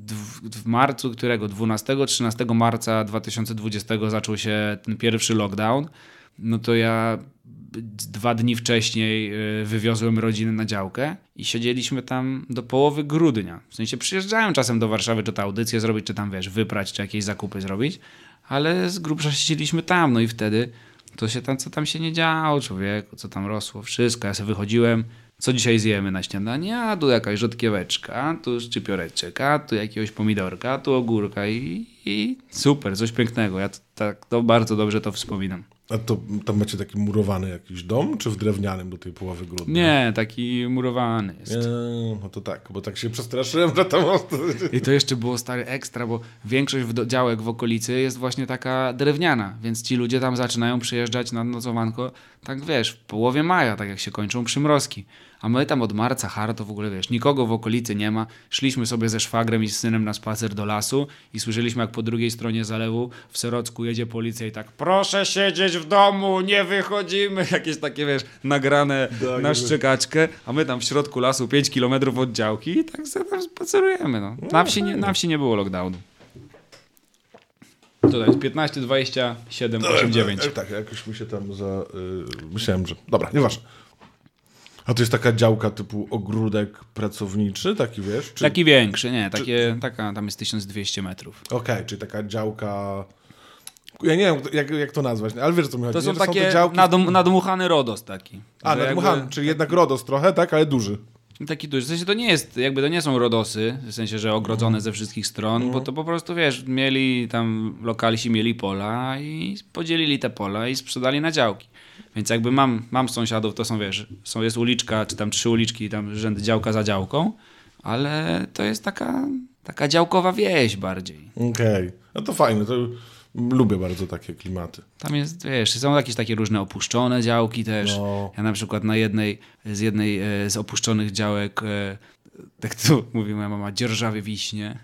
w marcu, którego dwunastego trzynastego marca dwa tysiące dwudziestego zaczął się ten pierwszy lockdown, no to ja dwa dni wcześniej wywiozłem rodzinę na działkę i siedzieliśmy tam do połowy grudnia. W sensie przyjeżdżałem czasem do Warszawy, czy to audycję zrobić, czy tam wiesz, wyprać, czy jakieś zakupy zrobić, ale z grubsza siedzieliśmy tam, no i wtedy to się tam, co tam się nie działo, człowieku, co tam rosło, wszystko. Ja sobie wychodziłem, co dzisiaj zjemy na śniadanie? A tu jakaś rzodkieweczka, tu szczypioreczek, a tu jakiegoś pomidorka, a tu ogórka i, i super, coś pięknego. Ja to, tak to bardzo dobrze to wspominam. A to tam macie taki murowany jakiś dom, czy w drewnianym do tej połowy grudnia? Nie, taki murowany jest. Nie, no to tak, bo tak się przestraszyłem, że tam... I to jeszcze było stary ekstra, bo większość w- działek w okolicy jest właśnie taka drewniana, więc ci ludzie tam zaczynają przyjeżdżać na nocowanko, tak wiesz, w połowie maja, tak jak się kończą przymrozki. A my tam od marca, harto w ogóle, wiesz, nikogo w okolicy nie ma. Szliśmy sobie ze szwagrem i z synem na spacer do lasu i słyszeliśmy, jak po drugiej stronie zalewu w Serocku jedzie policja i tak proszę siedzieć w domu, nie wychodzimy. Jakieś takie, wiesz, nagrane Tak, na jakby- szczekaczkę, a my tam w środku lasu pięć kilometrów od działki i tak sobie tam spacerujemy. No. Na, wsi nie, na wsi nie było lockdownu. To jest piętnaście, dwadzieścia siedem, osiem, dziewięć. Tak, tak, jakoś mi się tam za... Y, myślałem, że... Dobra, nieważne. A to jest taka działka typu ogródek pracowniczy, taki wiesz? Czy... Taki większy, nie, takie, taka, tam jest tysiąc dwieście metrów. Okej, czyli taka działka... Ja nie wiem, jak, jak to nazwać, ale wiesz, o co mi chodzi. To nie? są Że takie te działki... nadum, nadmuchany rodos taki. A, Że nadmuchany, jakby- czyli jednak RODOS trochę, tak, ale duży. Taki duży. W sensie to nie jest, jakby to nie są rodosy, w sensie, że ogrodzone ze wszystkich stron, bo to po prostu, wiesz, mieli tam, lokalsi mieli pola i podzielili te pola i sprzedali na działki. Więc jakby mam, mam sąsiadów, to są, wiesz, są, jest uliczka, czy tam trzy uliczki, tam rzęd działka za działką, ale to jest taka, taka działkowa wieś bardziej. Okej, no to fajne, to lubię bardzo takie klimaty. Tam jest, wiesz, są jakieś takie różne opuszczone działki też. No. Ja na przykład na jednej z jednej e, z opuszczonych działek, e, tak tu mówi moja mama, dzierżawie wiśnie.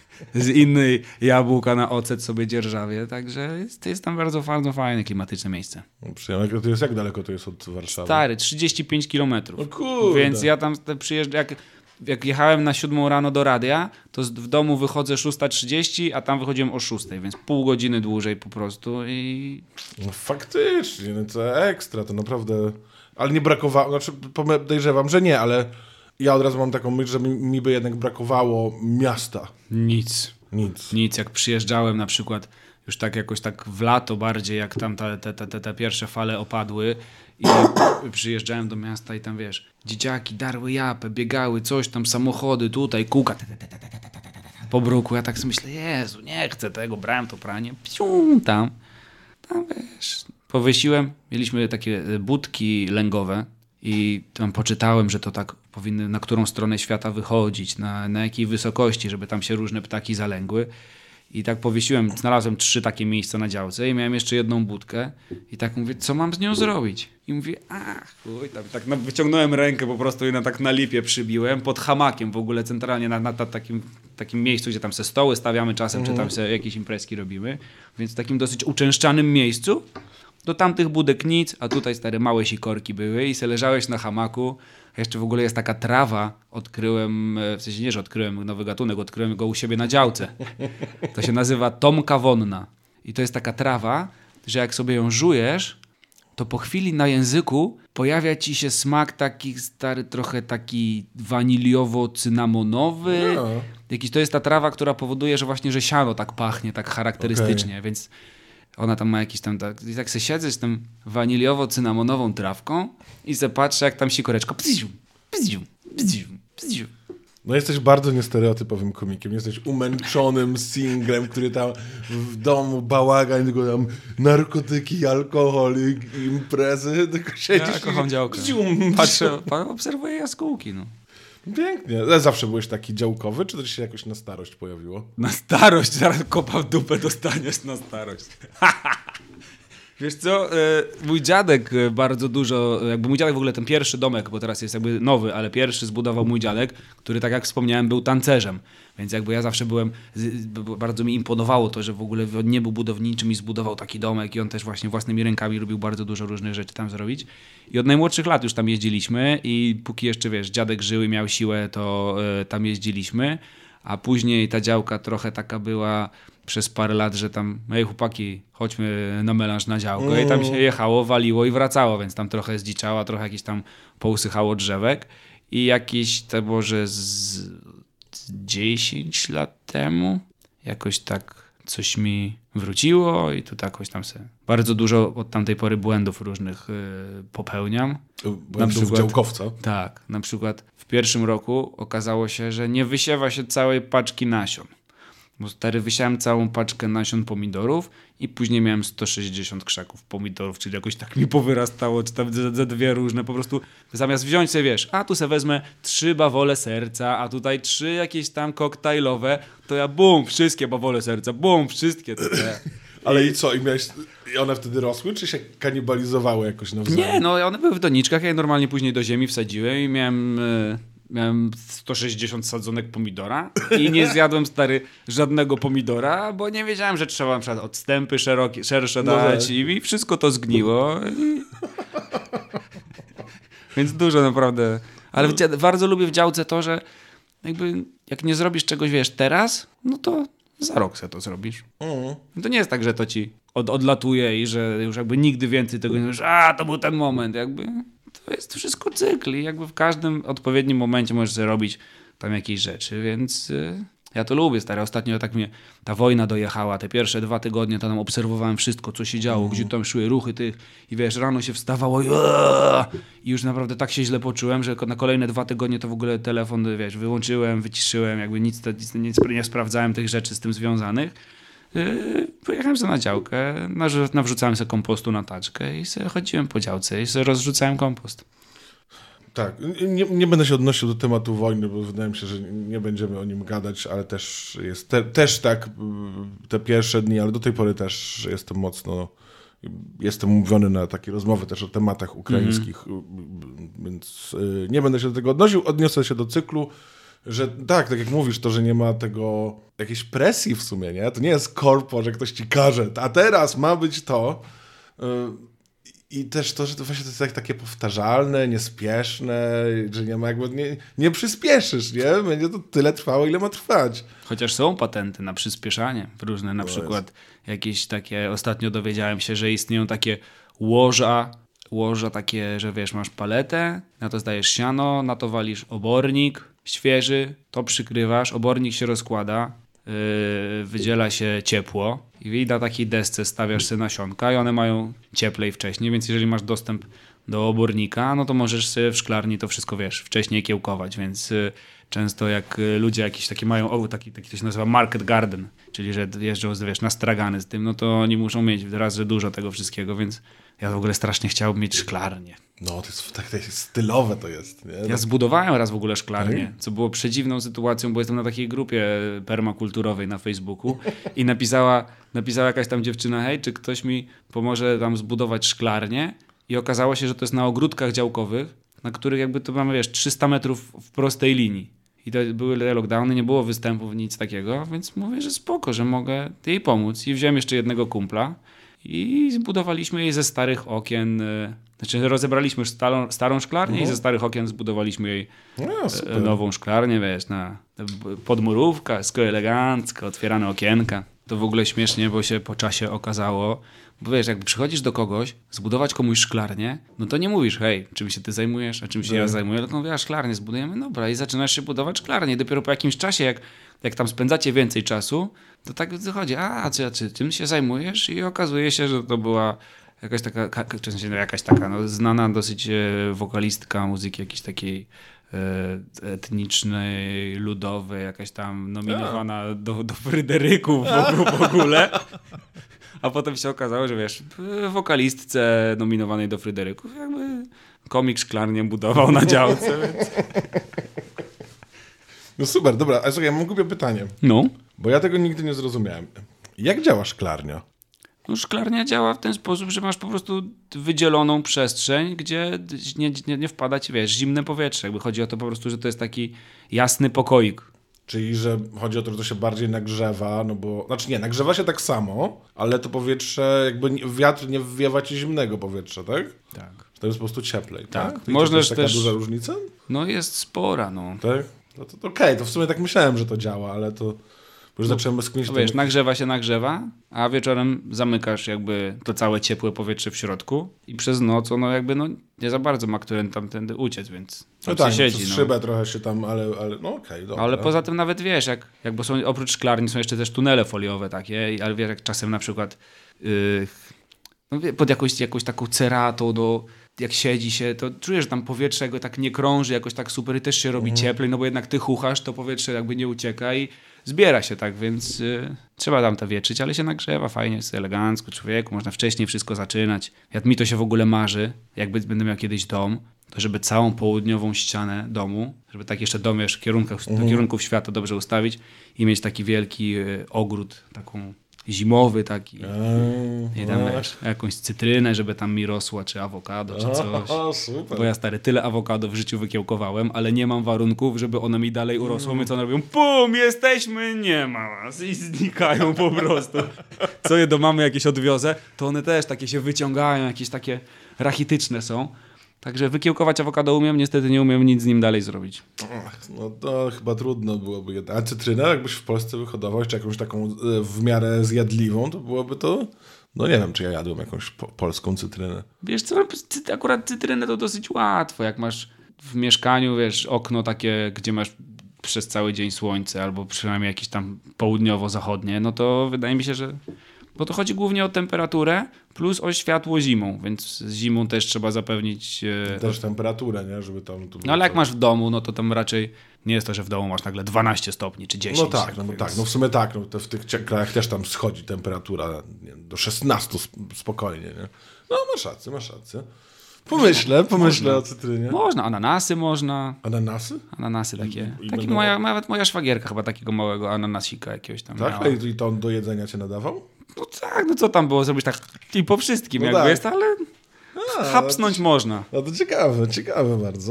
Z innej jabłka na ocet sobie dzierżawie. Także jest, to jest tam bardzo, bardzo fajne, klimatyczne miejsce. Przyjemne. To jest, jak daleko to jest od Warszawy? Stary, trzydzieści pięć kilometrów. O kurde. Więc ja tam przyjeżdżam, jak, jak jechałem na siódmą rano do radia, to z, w domu wychodzę szósta trzydzieści, a tam wychodziłem o szóstej, więc pół godziny dłużej po prostu i No, faktycznie, no to ekstra, to naprawdę... Ale nie brakowało, znaczy podejrzewam, że nie, ale ja od razu mam taką myśl, że mi, mi by jednak brakowało miasta. nic. Nic. Nic, jak przyjeżdżałem na przykład już tak jakoś tak w lato bardziej, jak tam te, te, te, te pierwsze fale opadły i przyjeżdżałem do miasta i tam wiesz, dzieciaki darły japę, biegały, coś tam, samochody, tutaj, kółka te, te, te, te, te, te, te, te, te, po bruku. Ja tak sobie myślę, Jezu, nie chcę tego, brałem to pranie, psiu, tam, tam wiesz, powiesiłem, mieliśmy takie budki lęgowe i tam poczytałem, że to tak powinny, na którą stronę świata wychodzić, na, na jakiej wysokości, żeby tam się różne ptaki zalęgły. I tak powiesiłem, znalazłem trzy takie miejsca na działce i miałem jeszcze jedną budkę i tak mówię, co mam z nią zrobić? I mówię, ach, chuj, tam, tak na, wyciągnąłem rękę po prostu i na, tak na lipie przybiłem, pod hamakiem w ogóle centralnie na, na, na takim, takim miejscu, gdzie tam se stoły stawiamy czasem, czy tam se jakieś imprezki robimy, więc w takim dosyć uczęszczanym miejscu. Do tamtych budek nic, a tutaj stare małe sikorki były i se leżałeś na hamaku. Jeszcze w ogóle jest taka trawa, odkryłem, w sensie nie, że odkryłem nowy gatunek, odkryłem go u siebie na działce. To się nazywa tomka wonna. I to jest taka trawa, że jak sobie ją żujesz, to po chwili na języku pojawia ci się smak taki stary, trochę taki waniliowo-cynamonowy. No. Jakiś to jest ta trawa, która powoduje, że właśnie, że siano tak pachnie, tak charakterystycznie, okay. Więc ona tam ma jakiś tam, tak, i tak se siedzę z tym waniliowo-cynamonową trawką i se patrzę, jak tam sikoreczka pziu, pziu, pziu, pziu. No jesteś bardzo niestereotypowym komikiem. Jesteś umęczonym singlem, który tam w domu bałagan, tylko tam narkotyki, alkohol i imprezy, tylko siedzisz Ja kocham i... działkę. Pziu, Patrzę, obserwuję jaskółki, no. Pięknie. Ale zawsze byłeś taki działkowy, czy to ci się jakoś na starość pojawiło? Na starość, zaraz kopa w dupę dostaniesz na starość. Wiesz co, mój dziadek bardzo dużo, jakby mój dziadek w ogóle ten pierwszy domek, bo teraz jest jakby nowy, ale pierwszy zbudował mój dziadek, który tak jak wspomniałem był tancerzem, więc jakby ja zawsze byłem, bardzo mi imponowało to, że w ogóle on nie był budowniczym i zbudował taki domek i on też właśnie własnymi rękami lubił bardzo dużo różnych rzeczy tam zrobić i od najmłodszych lat już tam jeździliśmy i póki jeszcze wiesz, dziadek żył i miał siłę, to tam jeździliśmy, a później ta działka trochę taka była przez parę lat, że tam, ej chłopaki, chodźmy na melanż na działkę mm. i tam się jechało, waliło i wracało, więc tam trochę zdziczała, trochę jakieś tam pousychało drzewek i jakieś, to może z dziesięć lat temu jakoś tak coś mi wróciło i tu tak jakoś tam se bardzo dużo od tamtej pory błędów różnych yy, popełniam. Byłem w działkowca. Tak, na przykład w pierwszym roku okazało się, że nie wysiewa się całej paczki nasion. Bo stary, wysiałem całą paczkę nasion pomidorów i później miałem sto sześćdziesiąt krzaków pomidorów, czyli jakoś tak mi powyrastało, czy tam ze, ze dwie różne, po prostu zamiast wziąć sobie, wiesz, a tu sobie wezmę trzy bawole serca, a tutaj trzy jakieś tam koktajlowe, to ja bum, wszystkie bawole serca, bum, wszystkie te. Ale i co? I, miałeś, I one wtedy rosły, czy się kanibalizowały jakoś nawzajem? Nie, no one były w doniczkach, ja je normalnie później do ziemi wsadziłem i miałem... Yy... Miałem sto sześćdziesiąt sadzonek pomidora i nie zjadłem, stary, żadnego pomidora, bo nie wiedziałem, że trzeba na przykład odstępy szerokie, szersze dać no i, i wszystko to zgniło. I... Więc dużo naprawdę. Ale w, bardzo lubię w działce to, że jakby jak nie zrobisz czegoś, wiesz, teraz, no to za rok sobie to zrobisz. Mm. To nie jest tak, że to ci od, odlatuje i że już jakby nigdy więcej tego nie mówisz, a to był ten moment, jakby... To jest wszystko cykl i jakby w każdym odpowiednim momencie możesz sobie robić tam jakieś rzeczy, więc y, ja to lubię, stary. Ostatnio tak mnie ta wojna dojechała, te pierwsze dwa tygodnie to tam obserwowałem wszystko, co się działo, mm. gdzie tam szły ruchy tych i wiesz, rano się wstawało i, i już naprawdę tak się źle poczułem, że na kolejne dwa tygodnie to w ogóle telefon, wiesz, wyłączyłem, wyciszyłem, jakby nic, nic, nic nie sprawdzałem tych rzeczy z tym związanych. Yy, pojechałem sobie na działkę, nawrzucałem sobie kompostu na taczkę i sobie chodziłem po działce i sobie rozrzucałem kompost. Tak, nie, nie będę się odnosił do tematu wojny, bo wydaje mi się, że nie będziemy o nim gadać, ale też jest te, też tak te pierwsze dni, ale do tej pory też jestem mocno, jestem umówiony na takie rozmowy też o tematach ukraińskich, mm. więc nie będę się do tego odnosił, odniosę się do cyklu. Że tak, tak jak mówisz, to, że nie ma tego jakiejś presji w sumie, nie? To nie jest korpo, że ktoś ci każe, a teraz ma być to. I też to, że to właśnie to jest tak, takie powtarzalne, niespieszne, że nie ma jakby, nie, nie przyspieszysz, nie? Będzie to tyle trwało, ile ma trwać. Chociaż są patenty na przyspieszanie różne, na to przykład jest. Jakieś takie, ostatnio dowiedziałem się, że istnieją takie łoża, łoża takie, że wiesz, masz paletę, na to zdajesz siano, na to walisz obornik świeży, to przykrywasz, obornik się rozkłada, yy, wydziela się ciepło i na takiej desce stawiasz sobie nasionka i one mają cieplej wcześniej, więc jeżeli masz dostęp do obornika, no to możesz sobie w szklarni to wszystko, wiesz, wcześniej kiełkować, więc yy, często jak ludzie jakieś takie mają, o, taki, taki to się nazywa market garden, czyli że jeżdżą, wiesz, na stragany z tym, no to oni muszą mieć raz, że dużo tego wszystkiego, więc ja w ogóle strasznie chciałbym mieć szklarnię. No, to jest, tak, to jest stylowe to jest. Nie? Ja zbudowałem raz w ogóle szklarnię, co było przedziwną sytuacją, bo jestem na takiej grupie permakulturowej na Facebooku i napisała, napisała jakaś tam dziewczyna, hej, czy ktoś mi pomoże tam zbudować szklarnię? I okazało się, że to jest na ogródkach działkowych, na których jakby to mamy, wiesz, trzysta metrów w prostej linii. I to były lockdowny, nie było występów, nic takiego, więc mówię, że spoko, że mogę jej pomóc. I wziąłem jeszcze jednego kumpla i zbudowaliśmy jej ze starych okien, znaczy rozebraliśmy już starą, starą szklarnię mhm. i ze starych okien zbudowaliśmy jej no, nową szklarnię, wiesz, na podmurówka, wszystko elegancko, otwierane okienka. To w ogóle śmiesznie, bo się po czasie okazało, bo wiesz, jak przychodzisz do kogoś, zbudować komuś szklarnię, no to nie mówisz, hej, czym się ty zajmujesz, a czym się no. ja zajmuję, tylko mówię, a szklarnię zbudujemy, dobra, i zaczynasz się budować szklarnię. I dopiero po jakimś czasie, jak, jak tam spędzacie więcej czasu, to tak wychodzi, a czy, czy czym się zajmujesz? I okazuje się, że to była jakaś taka, czy w sensie, no jakaś taka no, znana dosyć wokalistka muzyki jakiejś takiej etnicznej, ludowej, jakaś tam nominowana do, do Fryderyków w ogóle. A potem się okazało, że wiesz, wokalistce nominowanej do Fryderyków jakby komik szklarnię budował na działce. Więc... No super, dobra, ale słuchaj, ja mam głupie pytanie. No? Bo ja tego nigdy nie zrozumiałem. Jak działa szklarnia? No, szklarnia działa w ten sposób, że masz po prostu wydzieloną przestrzeń, gdzie nie, nie, nie wpada ci, wiesz, zimne powietrze. Jakby chodzi o to po prostu, że to jest taki jasny pokoik. Czyli, że chodzi o to, że to się bardziej nagrzewa, no bo... Znaczy nie, nagrzewa się tak samo, ale to powietrze, jakby wiatr nie wwiewa ci zimnego powietrza, tak? Tak. To jest po prostu cieplej, tak? Tak. I Można to jest taka też... duża różnica? No jest spora, no. Tak? No to, to okej, okay. To w sumie tak myślałem, że to działa, ale to... Bo już no, zacząłem skminić... No wiesz, ten... nagrzewa się, nagrzewa, a wieczorem zamykasz jakby to całe ciepłe powietrze w środku i przez noc ono jakby no nie za bardzo ma którym tam tędy uciec, więc no tak, siedzi, przez no. szybę trochę się tam, ale, ale no okej, okay, dobra. Ale poza tym nawet wiesz, jak, jak bo są, oprócz szklarni są jeszcze też tunele foliowe takie, ale wiesz, jak czasem na przykład yy, no, pod jakąś, jakąś taką ceratą do... jak siedzi się, to czujesz, że tam powietrze jakby tak nie krąży, jakoś tak super i też się robi mm. cieplej, no bo jednak ty chuchasz, to powietrze jakby nie ucieka i zbiera się tak, więc y, trzeba tam to wietrzyć, ale się nagrzewa fajnie, jest elegancko, człowieku, można wcześniej wszystko zaczynać. Jak mi to się w ogóle marzy, jakby będę miał kiedyś dom, to żeby całą południową ścianę domu, żeby tak jeszcze dom wiesz, kierunkach, Mhm. do kierunków świata dobrze ustawić i mieć taki wielki y, ogród, taką zimowy taki. Eee, I tam no. wiesz, jakąś cytrynę, żeby tam mi rosła, czy awokado, czy coś. O, super. Bo ja stary, tyle awokado w życiu wykiełkowałem, ale nie mam warunków, żeby one mi dalej urosły. My co one robią? Pum, jesteśmy, nie ma nas. I znikają po prostu. Co je do mamy jakieś odwiozę, to one też takie się wyciągają, jakieś takie rachityczne są. Także wykiełkować awokado umiem, niestety nie umiem nic z nim dalej zrobić. Ach, no to chyba trudno byłoby jednak. A cytrynę jakbyś w Polsce wyhodował, czy jakąś taką e, w miarę zjadliwą, to byłoby to... No nie wiem, czy ja jadłem jakąś po polską cytrynę. Wiesz co, cy- akurat cytrynę to dosyć łatwo. Jak masz w mieszkaniu, wiesz, okno takie, gdzie masz przez cały dzień słońce, albo przynajmniej jakieś tam południowo-zachodnie, no to wydaje mi się, że... Bo to chodzi głównie o temperaturę plus o światło zimą, więc zimą też trzeba zapewnić... E, Też temperaturę, nie? Żeby tam... Tu no ale jak masz w domu, no to tam raczej nie jest to, że w domu masz nagle dwanaście stopni czy dziesięć. No tak, no, no więc... tak, no w sumie tak, no to w tych cie- krajach też tam schodzi temperatura nie, wiem, do szesnastu sp- spokojnie, nie? No masz rację, masz rację. Pomyślę, pomyślę o cytrynie. Można, ananasy można, Ananasy? ananasy takie. I Taki będą- moja, nawet moja szwagierka chyba takiego małego ananasika jakiegoś tam Tak? miała. I to on do jedzenia cię nadawał? No tak, no co tam było zrobić tak i po wszystkim No jakby tak. jest, ale A, hapsnąć można. No to ciekawe, ciekawe bardzo.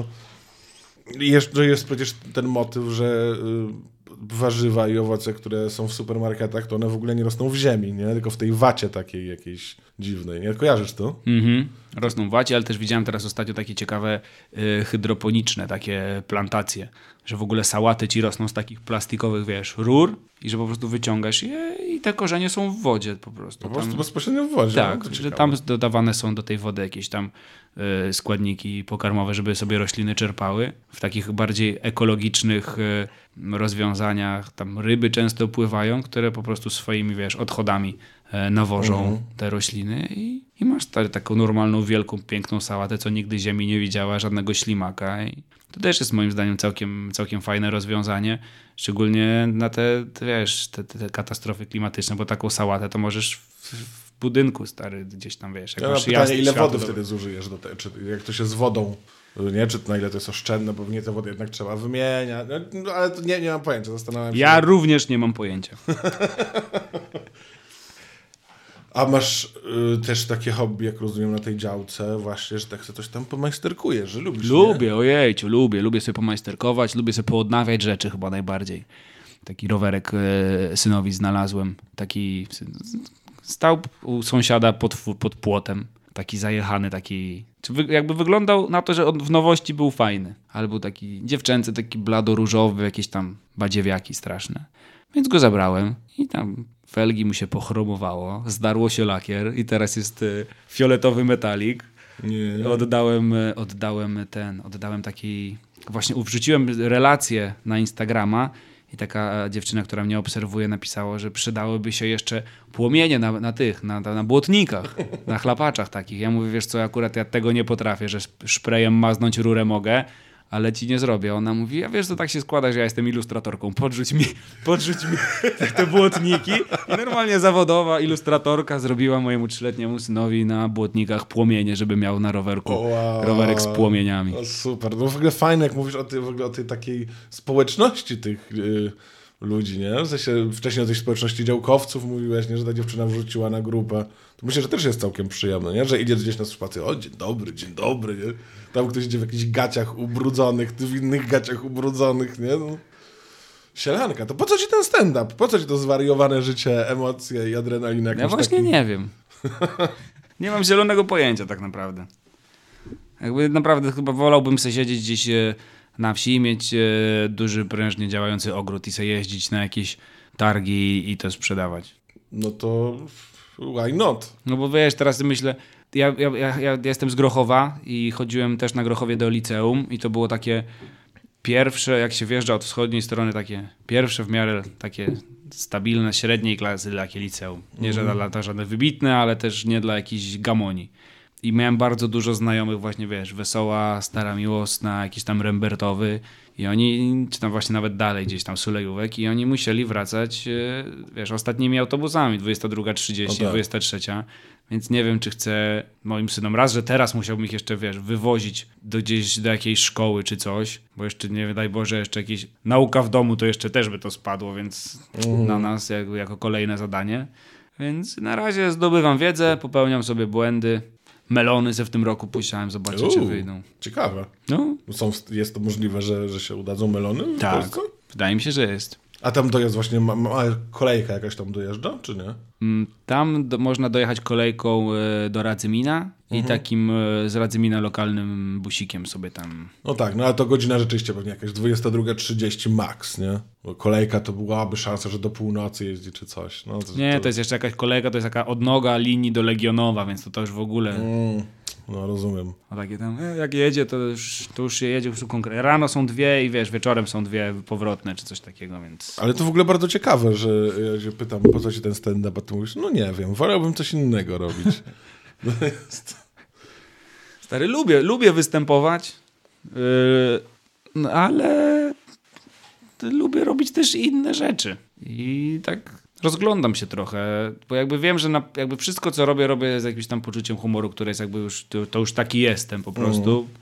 I jeszcze jest przecież ten motyw, że y, warzywa i owoce, które są w supermarketach, to one w ogóle nie rosną w ziemi, nie? Tylko w tej wacie takiej jakiejś dziwnej. Nie kojarzysz to? Mhm. Rosną w wacie, ale też widziałem teraz ostatnio takie ciekawe y, hydroponiczne takie plantacje, że w ogóle sałaty ci rosną z takich plastikowych, wiesz, rur i że po prostu wyciągasz je i te korzenie są w wodzie po prostu. Po prostu Tam- bezpośrednio w wodzie. Tak, no, to że ciekawe. tam dodawane są do tej wody jakieś tam y, składniki pokarmowe, żeby sobie rośliny czerpały. W takich bardziej ekologicznych y, rozwiązaniach tam ryby często pływają, które po prostu swoimi, wiesz, odchodami y, nawożą Mhm. te rośliny i, i masz ta, taką normalną, wielką, piękną sałatę, co nigdy ziemi nie widziała, żadnego ślimaka. I to też jest moim zdaniem całkiem, całkiem fajne rozwiązanie, szczególnie na te, te wiesz, te, te, te katastrofy klimatyczne, bo taką sałatę to możesz w, w budynku, stary, gdzieś tam, wiesz, jak Ja mam masz pytanie, jasne ile światło, wody to- wtedy zużyjesz do tego? Czy jak to się z wodą, nie? Czy na ile to jest oszczędne, bo nie tę wodę jednak trzeba wymieniać. No, no, ale to nie, nie mam pojęcia, zastanawiam się. Ja również nie mam pojęcia. A masz y, też takie hobby, jak rozumiem, na tej działce właśnie, że tak sobie coś tam pomajsterkujesz, że lubisz, nie? Lubię, ojejciu, lubię. Lubię sobie pomajsterkować, lubię sobie poodnawiać rzeczy chyba najbardziej. Taki rowerek e, synowi znalazłem. Taki stał u sąsiada pod, pod płotem. Taki zajechany, taki... Czy wy, jakby wyglądał na to, że on w nowości był fajny. Ale był taki dziewczęcy, taki blado-różowy, jakieś tam badziewiaki straszne. Więc go zabrałem i tam felgi mu się pochromowało, zdarło się lakier i teraz jest e, fioletowy metalik. Nie. Oddałem, oddałem ten, oddałem taki, właśnie wrzuciłem relację na Instagrama i taka dziewczyna, która mnie obserwuje, napisała, że przydałyby się jeszcze płomienie na, na tych, na, na błotnikach, na chlapaczach takich. Ja mówię, wiesz co, akurat ja tego nie potrafię, że szprejem maznąć rurę mogę, ale ci nie zrobię. Ona mówi, a wiesz, to tak się składa, że ja jestem ilustratorką. Podrzuć mi, podrzuć mi te, te błotniki. I normalnie zawodowa ilustratorka zrobiła mojemu trzyletniemu synowi na błotnikach płomienie, żeby miał na rowerku O, wow. rowerek z płomieniami. O, super. No w ogóle fajne, jak mówisz o tej, w ogóle o tej takiej społeczności tych y, ludzi, nie? W sensie wcześniej o tej społeczności działkowców mówiłeś, nie? Że ta dziewczyna wrzuciła na grupę. To myślę, że też jest całkiem przyjemne, nie? Że idzie gdzieś na spacer, o dzień dobry, dzień dobry, nie? Tam ktoś idzie w jakichś gaciach ubrudzonych, ty w innych gaciach ubrudzonych, nie? No. Sielanka, to po co ci ten stand-up? Po co ci to zwariowane życie, emocje i adrenalina? jak Ja masz właśnie taki... nie wiem. Nie mam zielonego pojęcia tak naprawdę. Jakby naprawdę chyba wolałbym sobie siedzieć gdzieś e, na wsi i mieć e, duży, prężnie działający ogród i sobie jeździć na jakieś targi i to sprzedawać. No to why not? No bo wiesz, teraz myślę, ja, ja, ja, ja jestem z Grochowa i chodziłem też na Grochowie do liceum i to było takie pierwsze, jak się wjeżdża od wschodniej strony, takie pierwsze w miarę takie stabilne, średniej klasy takie liceum. Nie że dla, dla żadne wybitne, ale też nie dla jakichś gamoni. i miałem bardzo dużo znajomych właśnie, wiesz, Wesoła, Stara Miłosna, jakiś tam Rembertowy i oni, czy tam właśnie nawet dalej gdzieś tam Sulejówek i oni musieli wracać, e, wiesz, ostatnimi autobusami, dwudziesta druga trzydzieści, O tak. dwudziesta trzecia, więc nie wiem, czy chcę moim synom raz, że teraz musiałbym ich jeszcze, wiesz, wywozić do gdzieś do jakiejś szkoły czy coś, bo jeszcze, nie daj Boże, jeszcze jakieś nauka w domu, to jeszcze też by to spadło, więc Mhm. na nas jakby, jako kolejne zadanie. Więc na razie zdobywam wiedzę, popełniam sobie błędy. Melony se w tym roku puściłem, zobaczę, czy Uuu, wyjdą. Ciekawe. No, Są, jest to możliwe, że, że się udadzą melony w tak. Polsce? Wydaje mi się, że jest. A tam dojazd właśnie, ma, ma kolejka jakaś tam dojeżdża, czy nie? Mm, Tam do, można dojechać kolejką e, do Radzymina i takim e, z Radzymina lokalnym busikiem sobie tam. No tak, no ale to godzina rzeczywiście pewnie jakaś dwudziesta druga trzydzieści max, nie? Bo kolejka to byłaby szansa, że do północy jeździ czy coś. No, to, Nie, to jest jeszcze jakaś kolejka, to jest taka odnoga linii do Legionowa, więc to, to już w ogóle. Mm, no rozumiem. A takie tam, e, jak jedzie, to już, to już się jedzie już konkretnie. Rano są dwie i wiesz, wieczorem są dwie powrotne czy coś takiego, więc. Ale to w ogóle bardzo ciekawe, że ja się pytam, po co ci ten stand-up, a ty mówisz, no nie wiem, wolałbym coś innego robić. No jest... Stary, lubię, lubię występować, yy, no ale lubię robić też inne rzeczy. I tak rozglądam się trochę, bo jakby wiem, że na, jakby wszystko, co robię, robię z jakimś tam poczuciem humoru, które jest jakby już, to, to już taki jestem po prostu. Mm.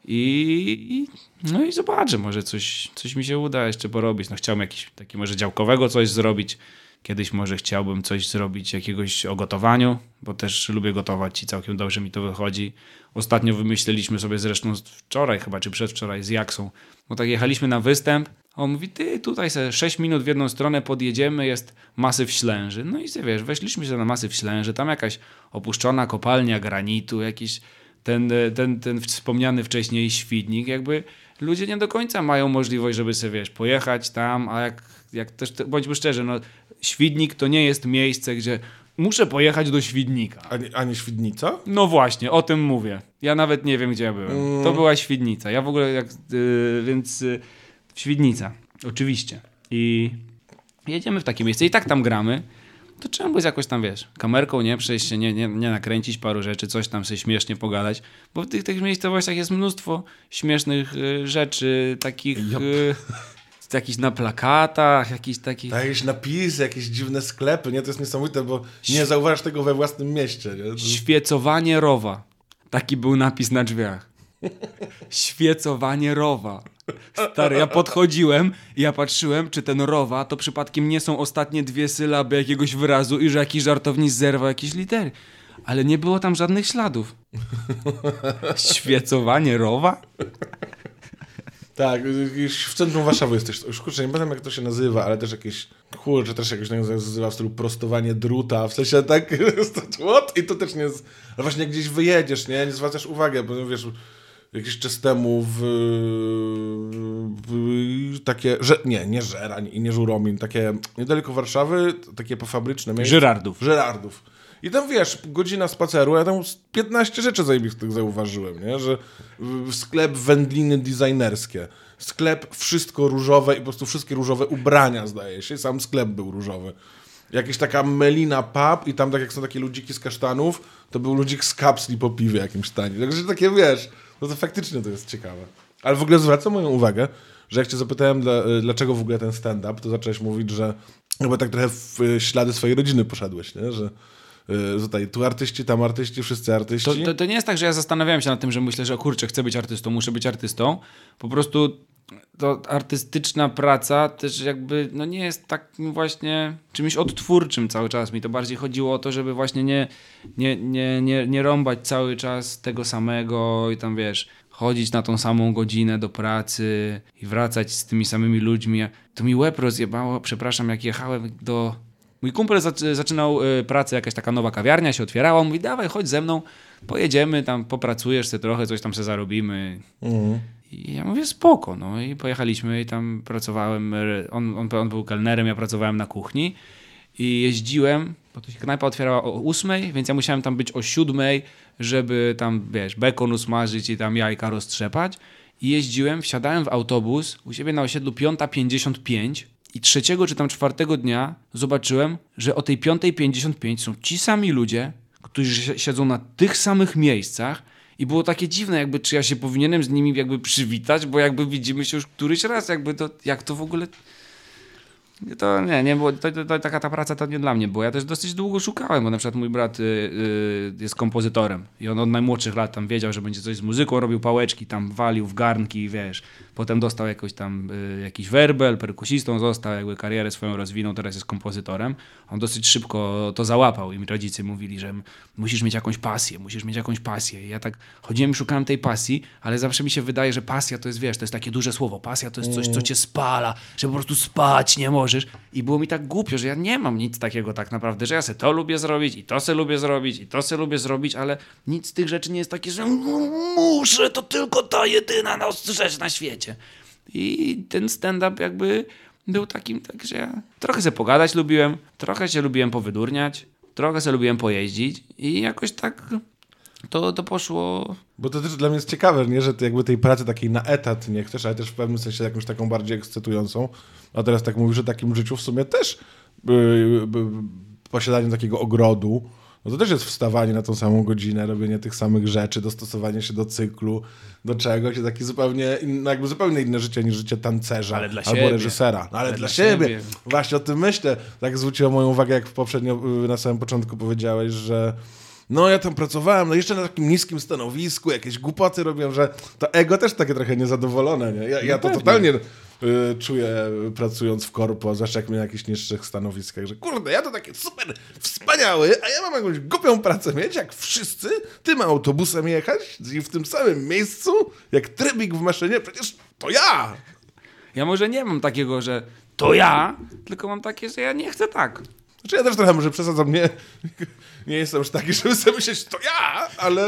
I, I no i zobaczę, może coś, coś mi się uda jeszcze porobić. No chciałbym jakiś taki może działkowego coś zrobić. Kiedyś może chciałbym coś zrobić jakiegoś o gotowaniu, bo też lubię gotować i całkiem dobrze mi to wychodzi. Ostatnio wymyśliliśmy sobie zresztą wczoraj chyba, czy przedwczoraj z Jaksą, bo tak jechaliśmy na występ, a on mówi, ty tutaj sobie sześć minut w jedną stronę podjedziemy, jest Masyw Ślęży. No i sobie wiesz, weszliśmy się na Masyw Ślęży, tam jakaś opuszczona kopalnia granitu, jakiś ten, ten, ten wspomniany wcześniej świdnik, jakby ludzie nie do końca mają możliwość, żeby sobie, wiesz, pojechać tam, a jak, jak też, bądźmy szczerzy, no Świdnik to nie jest miejsce, gdzie muszę pojechać do Świdnika. A nie, a nie Świdnica? No właśnie, o tym mówię. Ja nawet nie wiem, gdzie ja byłem. Mm. To była Świdnica. Ja w ogóle, jak, yy, więc yy, Świdnica, oczywiście. I jedziemy w takie miejsce i tak tam gramy. To trzeba by jakoś tam, wiesz, kamerką nie przejść się, nie, nie, nie nakręcić paru rzeczy, coś tam sobie śmiesznie pogadać, bo w tych, tych miejscowościach jest mnóstwo śmiesznych y, rzeczy, takich... Y, jakiś na plakatach, jakiś taki... Tak, jakieś napisy, jakieś dziwne sklepy, nie? To jest niesamowite, bo nie zauważasz tego we własnym mieście, nie? To... Świecowanie rowa. Taki był napis na drzwiach. Świecowanie rowa. Stary, ja podchodziłem i ja patrzyłem, czy ten rowa to przypadkiem nie są ostatnie dwie sylaby jakiegoś wyrazu i że jakiś żartownik zerwał jakieś litery. Ale nie było tam żadnych śladów. Świecowanie rowa? Tak, jakieś w centrum Warszawy jest też, już kurczę, nie pamiętam jak to się nazywa, ale też jakieś, kurczę, też jakoś nazywa w stylu prostowanie druta, w sensie tak, what? I to też nie jest, ale właśnie jak gdzieś wyjedziesz, nie, nie zwracasz uwagę, bo wiesz, jakiś czas temu w, w takie, że, nie, nie Żerań i nie Żuromin, takie niedaleko Warszawy, takie pofabryczne miejsce. Żyrardów. Żyrardów. I tam wiesz, godzina spaceru, ja tam piętnaście rzeczy zajebistych zauważyłem, nie? Że sklep wędliny designerskie, sklep wszystko różowe i po prostu wszystkie różowe ubrania, zdaje się, sam sklep był różowy. Jakaś taka Melina Pub i tam tak jak są takie ludziki z kasztanów, to był ludzik z kapsli po piwie jakimś tanie. Także takie wiesz, no to faktycznie to jest ciekawe. Ale w ogóle zwraca moją uwagę, że jak cię zapytałem, dla, dlaczego w ogóle ten stand-up, to zacząłeś mówić, że chyba tak trochę w ślady swojej rodziny poszedłeś, nie? Że tutaj tu artyści, tam artyści, wszyscy artyści. To, to, to nie jest tak, że ja zastanawiałem się nad tym, że myślę, że kurczę, chcę być artystą, muszę być artystą. Po prostu to artystyczna praca też jakby no nie jest takim właśnie czymś odtwórczym cały czas. Mi to bardziej chodziło o to, żeby właśnie nie, nie, nie, nie, nie rąbać cały czas tego samego i tam wiesz, chodzić na tą samą godzinę do pracy i wracać z tymi samymi ludźmi. To mi łeb rozjebało, przepraszam, jak jechałem do... Mój kumpel zaczynał y, pracę, jakaś taka nowa kawiarnia się otwierała, on mówi, dawaj, chodź ze mną, pojedziemy, tam popracujesz sobie trochę, coś tam sobie zarobimy. Mhm. I ja mówię, spoko, no i pojechaliśmy i tam pracowałem, on, on, on był kelnerem, ja pracowałem na kuchni i jeździłem, bo to się knajpa otwierała o ósmej, więc ja musiałem tam być o siódmej, żeby tam, wiesz, bekon usmażyć i tam jajka roztrzepać i jeździłem, wsiadałem w autobus u siebie na osiedlu piąta pięćdziesiąt pięć. I trzeciego czy tam czwartego dnia zobaczyłem, że o tej piątej pięćdziesiąt pięć są ci sami ludzie, którzy siedzą na tych samych miejscach i było takie dziwne, jakby czy ja się powinienem z nimi jakby przywitać, bo jakby widzimy się już któryś raz, jakby to, jak to w ogóle... To nie, nie było, to, to, to, taka ta praca to nie dla mnie była. Ja też dosyć długo szukałem, bo na przykład mój brat y, y, jest kompozytorem i on od najmłodszych lat tam wiedział, że będzie coś z muzyką, robił pałeczki, tam walił w garnki, wiesz. Potem dostał jakoś tam y, jakiś werbel, perkusistą został, jakby karierę swoją rozwinął, teraz jest kompozytorem. On dosyć szybko to załapał i mi rodzice mówili, że musisz mieć jakąś pasję, musisz mieć jakąś pasję. I ja tak chodziłem i szukałem tej pasji, ale zawsze mi się wydaje, że pasja to jest, wiesz, to jest takie duże słowo. Pasja to jest coś, co cię spala, że po prostu spać nie możesz. I było mi tak głupio, że ja nie mam nic takiego tak naprawdę, że ja se to lubię zrobić i to se lubię zrobić i to se lubię zrobić, ale nic z tych rzeczy nie jest takie, że muszę, to tylko ta jedyna rzecz na świecie. I ten stand-up jakby był takim, tak, że ja trochę se pogadać lubiłem, trochę się lubiłem powydurniać, trochę se lubiłem pojeździć i jakoś tak to, to poszło... Bo to też dla mnie jest ciekawe, nie? Że ty jakby tej pracy takiej na etat nie chcesz, ale też w pewnym sensie jakąś taką bardziej ekscytującą. A teraz tak mówisz, że takim życiu w sumie też yy, yy, posiadanie takiego ogrodu, no to też jest wstawanie na tą samą godzinę, robienie tych samych rzeczy, dostosowanie się do cyklu, do czegoś, i takie zupełnie inne, jakby zupełnie inne życie niż życie tancerza ale dla albo siebie. reżysera. No, ale, ale dla, dla siebie. siebie. Właśnie o tym myślę. Tak zwróciło moją uwagę, jak poprzednio na samym początku powiedziałeś, że no ja tam pracowałem, no jeszcze na takim niskim stanowisku, jakieś głupoty robią, że to ego też takie trochę niezadowolone, nie? Ja, ja to totalnie y, czuję pracując w korpo, zwłaszcza jak mnie na jakichś niższych stanowiskach, że kurde, ja to taki super wspaniały, a ja mam jakąś głupią pracę mieć, jak wszyscy, tym autobusem jechać i w tym samym miejscu, jak trybik w maszynie, przecież to ja! Ja może nie mam takiego, że to ja, tylko mam takie, że ja nie chcę tak. Znaczy ja też trochę może przesadzam, nie, nie jestem już taki, żeby sobie myśleć, to ja, ale,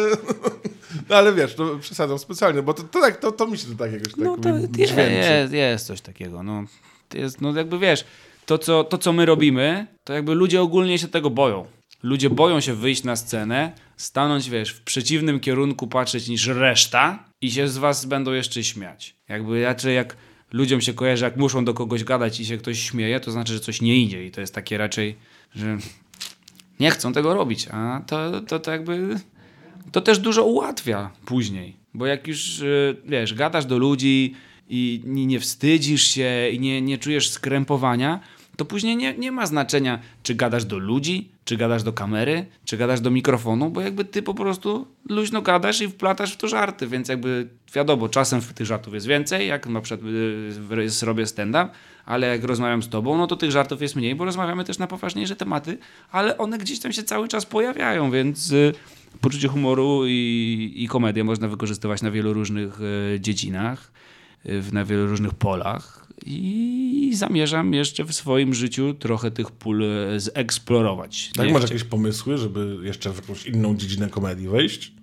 no ale wiesz, to przesadzam specjalnie, bo to, to, tak, to, to mi się to tak jakoś tak No to jest, jest, jest coś takiego, no. To jest, no jakby wiesz, to co, to co my robimy, to jakby ludzie ogólnie się tego boją. Ludzie boją się wyjść na scenę, stanąć, wiesz, w przeciwnym kierunku patrzeć niż reszta i się z was będą jeszcze śmiać. Jakby raczej jak ludziom się kojarzy, jak muszą do kogoś gadać i się ktoś śmieje, to znaczy, że coś nie idzie i to jest takie raczej, że nie chcą tego robić, a to, to, to jakby to też dużo ułatwia później, bo jak już, wiesz, gadasz do ludzi i nie wstydzisz się i nie, nie czujesz skrępowania, to później nie, nie ma znaczenia, czy gadasz do ludzi, czy gadasz do kamery, czy gadasz do mikrofonu, bo jakby ty po prostu luźno gadasz i wplatasz w to żarty, więc jakby wiadomo, czasem tych żartów jest więcej, jak na przykład y, robię stand-up, ale jak rozmawiam z tobą, no to tych żartów jest mniej, bo rozmawiamy też na poważniejsze tematy, ale one gdzieś tam się cały czas pojawiają, więc y, poczucie humoru i, i komedię można wykorzystywać na wielu różnych y, dziedzinach, y, na wielu różnych polach. I zamierzam jeszcze w swoim życiu trochę tych pól zeksplorować. Tak, Nie masz chcę... jakieś pomysły, żeby jeszcze w jakąś inną dziedzinę komedii wejść?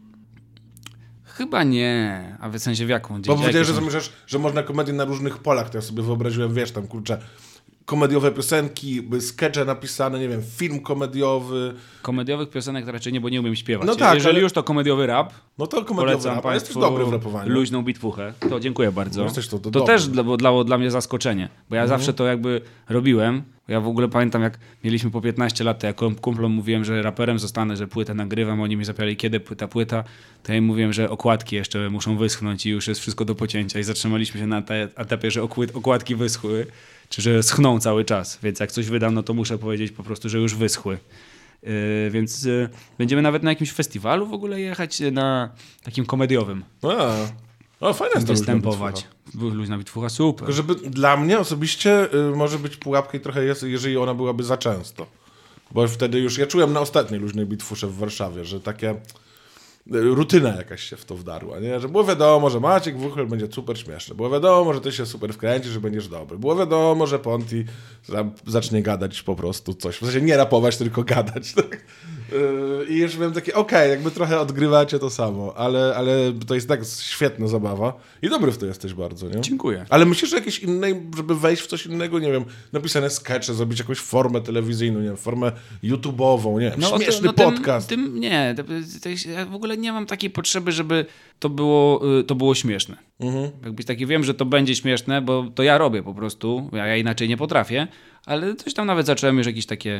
Chyba nie. A w sensie w jaką dziedzinę? Bo powiedziałeś, że zamierzasz, że można komedię na różnych polach, to ja sobie wyobraziłem, wiesz, tam kurczę, komediowe piosenki, skecze napisane, nie wiem, film komediowy. Komediowych piosenek to raczej nie, bo nie umiem śpiewać. No tak, jeżeli ale... już to komediowy rap, no to komediowy rap, a jesteś dobry w rapowaniu. Luźną bitwuchę, to dziękuję bardzo. No jesteś to, to to dobry. też dla, dla, dla mnie zaskoczenie, bo ja mhm. zawsze to jakby robiłem. Ja w ogóle pamiętam, jak mieliśmy po piętnaście lat, to ja kumplom mówiłem, że raperem zostanę, że płytę nagrywam, oni mi zapiali, kiedy płyta, płyta, to ja im mówiłem, że okładki jeszcze muszą wyschnąć i już jest wszystko do pocięcia i zatrzymaliśmy się na etapie, że okładki wyschły, czy że schną cały czas, więc jak coś wydam, no to muszę powiedzieć po prostu, że już wyschły. Yy, więc yy, będziemy nawet na jakimś festiwalu w ogóle jechać, na takim komediowym. A, o, fajne jest to występować. Luźna bitwucha, super. Tylko żeby dla mnie osobiście y, może być pułapka i trochę jest, jeżeli ona byłaby za często. Bo wtedy już, ja czułem na ostatniej luźnej bitwusze w Warszawie, że takie rutyna jakaś się w to wdarła, nie? Że było wiadomo, że Maciek Wuchel będzie super śmieszny. Było wiadomo, że ty się super wkręcisz, że będziesz dobry. Było wiadomo, że Ponti zacznie gadać po prostu coś. W sensie nie rapować, tylko gadać. Tak? I już byłem taki, okej, okay, jakby trochę odgrywacie to samo, ale, ale to jest tak świetna zabawa i dobry w to jesteś bardzo, nie? Dziękuję. Ale myślisz, że jakieś innej, żeby wejść w coś innego, nie wiem, napisane skecze, zrobić jakąś formę telewizyjną, nie wiem, formę YouTube'ową, nie wiem, no, śmieszny to, no, podcast. Tym, tym nie, to, to, ja w ogóle nie mam takiej potrzeby, żeby to było, to było śmieszne. Mhm. Jakbyś taki, wiem, że to będzie śmieszne, bo to ja robię po prostu, ja, ja inaczej nie potrafię, ale coś tam nawet zacząłem już jakieś takie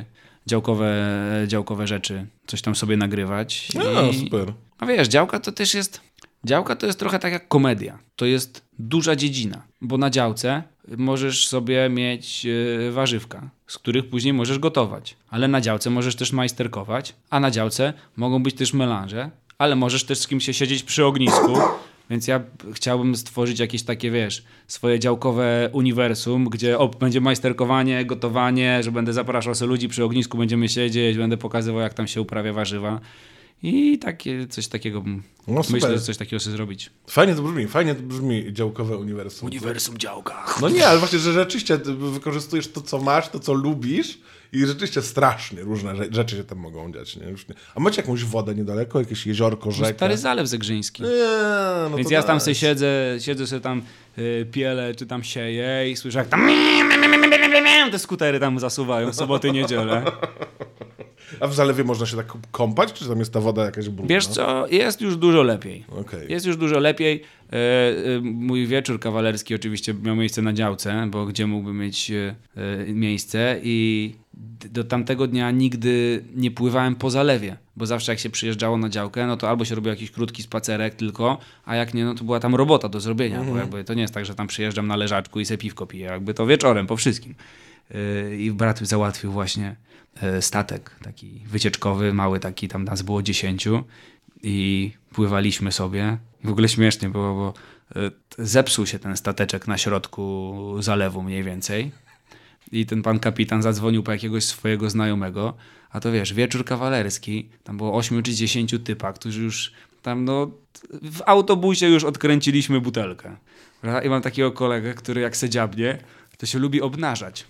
działkowe, działkowe rzeczy, coś tam sobie nagrywać. No, I, super. a wiesz, działka to też jest, działka to jest trochę tak jak komedia. To jest duża dziedzina, bo na działce możesz sobie mieć yy, warzywka, z których później możesz gotować. Ale na działce możesz też majsterkować, a na działce mogą być też melanże, ale możesz też z kimś się siedzieć przy ognisku. Więc ja chciałbym stworzyć jakieś takie, wiesz, swoje działkowe uniwersum, gdzie o, będzie majsterkowanie, gotowanie, że będę zapraszał sobie ludzi przy ognisku, będziemy siedzieć, będę pokazywał, jak tam się uprawia warzywa. I takie, coś takiego, No myślę, że coś takiego sobie zrobić. Fajnie to brzmi, fajnie to brzmi działkowe uniwersum. Uniwersum działka. No nie, ale właśnie, że rzeczywiście wykorzystujesz to, co masz, to, co lubisz i rzeczywiście strasznie różne rzeczy się tam mogą dziać. Nie? Już nie. A macie jakąś wodę niedaleko, jakieś jeziorko, rzekę? Stary Zalew Zegrzyński. Nie, no Więc to ja tam nice. sobie siedzę, siedzę sobie tam y, pielę, czy tam sieję i słyszę, jak tam te skutery tam zasuwają soboty, niedzielę. A w zalewie można się tak kąpać, czy tam jest ta woda jakaś brudna? Wiesz co, jest już dużo lepiej. Okay. Jest już dużo lepiej. E, e, mój wieczór kawalerski oczywiście miał miejsce na działce, bo gdzie mógłby mieć e, miejsce i do tamtego dnia nigdy nie pływałem po zalewie, bo zawsze jak się przyjeżdżało na działkę, no to albo się robił jakiś krótki spacerek tylko, a jak nie, no to była tam robota do zrobienia, mhm. bo jakby to nie jest tak, że tam przyjeżdżam na leżaczku i se piwko piję, jakby to wieczorem po wszystkim. E, I brat załatwił właśnie statek taki wycieczkowy, mały taki, tam nas było dziesięciu i pływaliśmy sobie. I w ogóle śmiesznie było, bo zepsuł się ten stateczek na środku zalewu mniej więcej i ten pan kapitan zadzwonił po jakiegoś swojego znajomego, a to wiesz, wieczór kawalerski, tam było ośmiu czy dziesięciu typa, którzy już tam no w autobusie już odkręciliśmy butelkę. I mam takiego kolegę, który jak se dziabnie, to się lubi obnażać.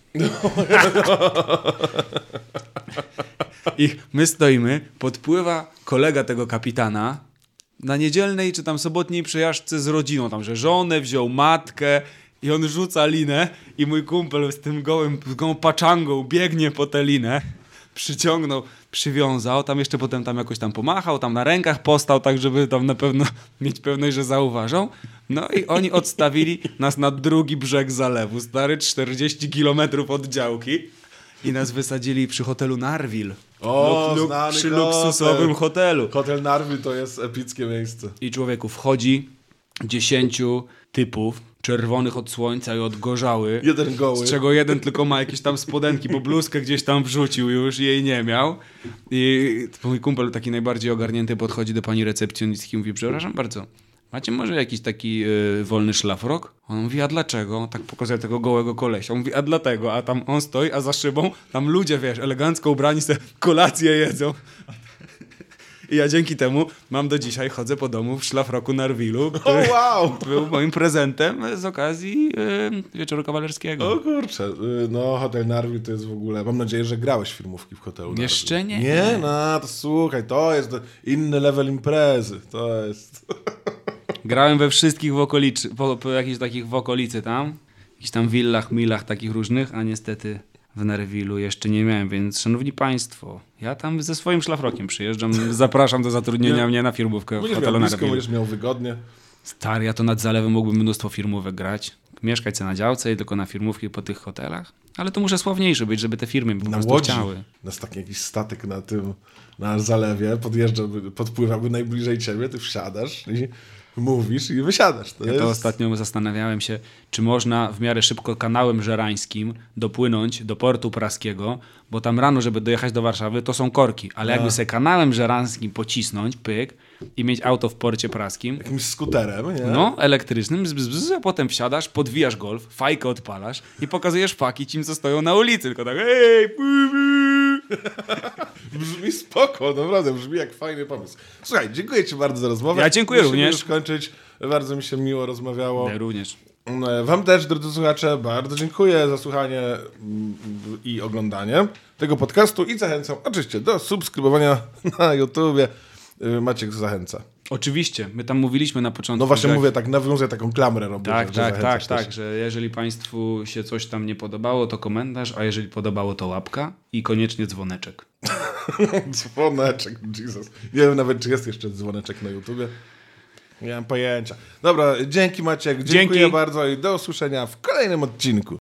I my stoimy, podpływa kolega tego kapitana na niedzielnej czy tam sobotniej przejażdżce z rodziną, tam, że żonę wziął, matkę i on rzuca linę i mój kumpel z tym gołym, z gołą paczangą biegnie po tę linę, przyciągnął, przywiązał, tam jeszcze potem tam jakoś tam pomachał, tam na rękach postał, tak żeby tam na pewno mieć pewność, że zauważą. No i oni odstawili nas na drugi brzeg zalewu, stary czterdzieści kilometrów od działki i nas wysadzili przy hotelu Narwil. O, luk, luk, znany przy hotel. luksusowym hotelu. Hotel Narwil to jest epickie miejsce. I człowieku wchodzi dziesięciu typów, czerwonych od słońca i od gorzały. Jeden goły. Z czego jeden tylko ma jakieś tam spodenki, bo bluzkę gdzieś tam wrzucił już, jej nie miał. I mój kumpel taki najbardziej ogarnięty podchodzi do pani recepcjonistki i mówi, przepraszam bardzo, macie może jakiś taki yy, wolny szlafrok? On mówi, a dlaczego? Tak pokazuje tego gołego kolesia. On mówi, a dlatego, a tam on stoi, a za szybą tam ludzie, wiesz, elegancko ubrani sobie kolację jedzą. I ja dzięki temu mam do dzisiaj, chodzę po domu w szlafroku Narwilu, który oh, wow. był moim prezentem z okazji yy, wieczoru kawalerskiego. O kurczę, no Hotel Narwil to jest w ogóle, mam nadzieję, że grałeś filmówki w hotelu Narwil. Jeszcze nie. Nie, no to słuchaj, to jest inny level imprezy, to jest... Grałem we wszystkich w okolicy, po, po jakichś takich w okolicy tam, jakichś tam willach, milach takich różnych, a niestety w Narwilu jeszcze nie miałem, więc szanowni państwo, ja tam ze swoim szlafrokiem przyjeżdżam, zapraszam do zatrudnienia mnie na firmówkę w Będziesz hotelu miał blisko, Narwilu. będziesz miał wygodnie. Stary, ja to nad zalewem mógłbym mnóstwo firmówek grać, mieszkać sobie na działce i tylko na firmówki po tych hotelach, ale to muszę sławniejszy być, żeby te firmy po Na prostu Łodzi, chciały. nas taki jakiś statek na tym, na zalewie, podjeżdża, podpływamy najbliżej ciebie, ty wsiadasz i mówisz i wysiadasz. To Ja jest... to ostatnio zastanawiałem się, czy można w miarę szybko kanałem żerańskim dopłynąć do portu praskiego, bo tam rano, żeby dojechać do Warszawy, to są korki, ale jakby sobie kanałem żerańskim pocisnąć, pyk, i mieć auto w porcie praskim, Jakimś skuterem, nie? no, elektrycznym, bzz, bzz, bzz, a potem wsiadasz, podwijasz golf, fajkę odpalasz i pokazujesz faki ci, co stoją na ulicy, tylko tak hej, Brzmi spoko, naprawdę, brzmi jak fajny pomysł. Słuchaj, dziękuję ci bardzo za rozmowę. Ja dziękuję Musimy również. już kończyć. Bardzo mi się miło rozmawiało. Ja również. Wam też, drodzy słuchacze, bardzo dziękuję za słuchanie i oglądanie tego podcastu i zachęcam oczywiście do subskrybowania na YouTubie. Maciek zachęca. Oczywiście, my tam mówiliśmy na początku. No właśnie że... mówię tak, nawiązuję taką klamrę robię. Tak, że tak, tak, zachęcasz tak, też. że jeżeli państwu się coś tam nie podobało, to komentarz, a jeżeli podobało, to łapka i koniecznie dzwoneczek. Dzwoneczek, Jesus. Nie wiem nawet, czy jest jeszcze dzwoneczek na YouTubie. Nie mam pojęcia. Dobra, dzięki Maciek, dziękuję Dzięki. bardzo i do usłyszenia w kolejnym odcinku.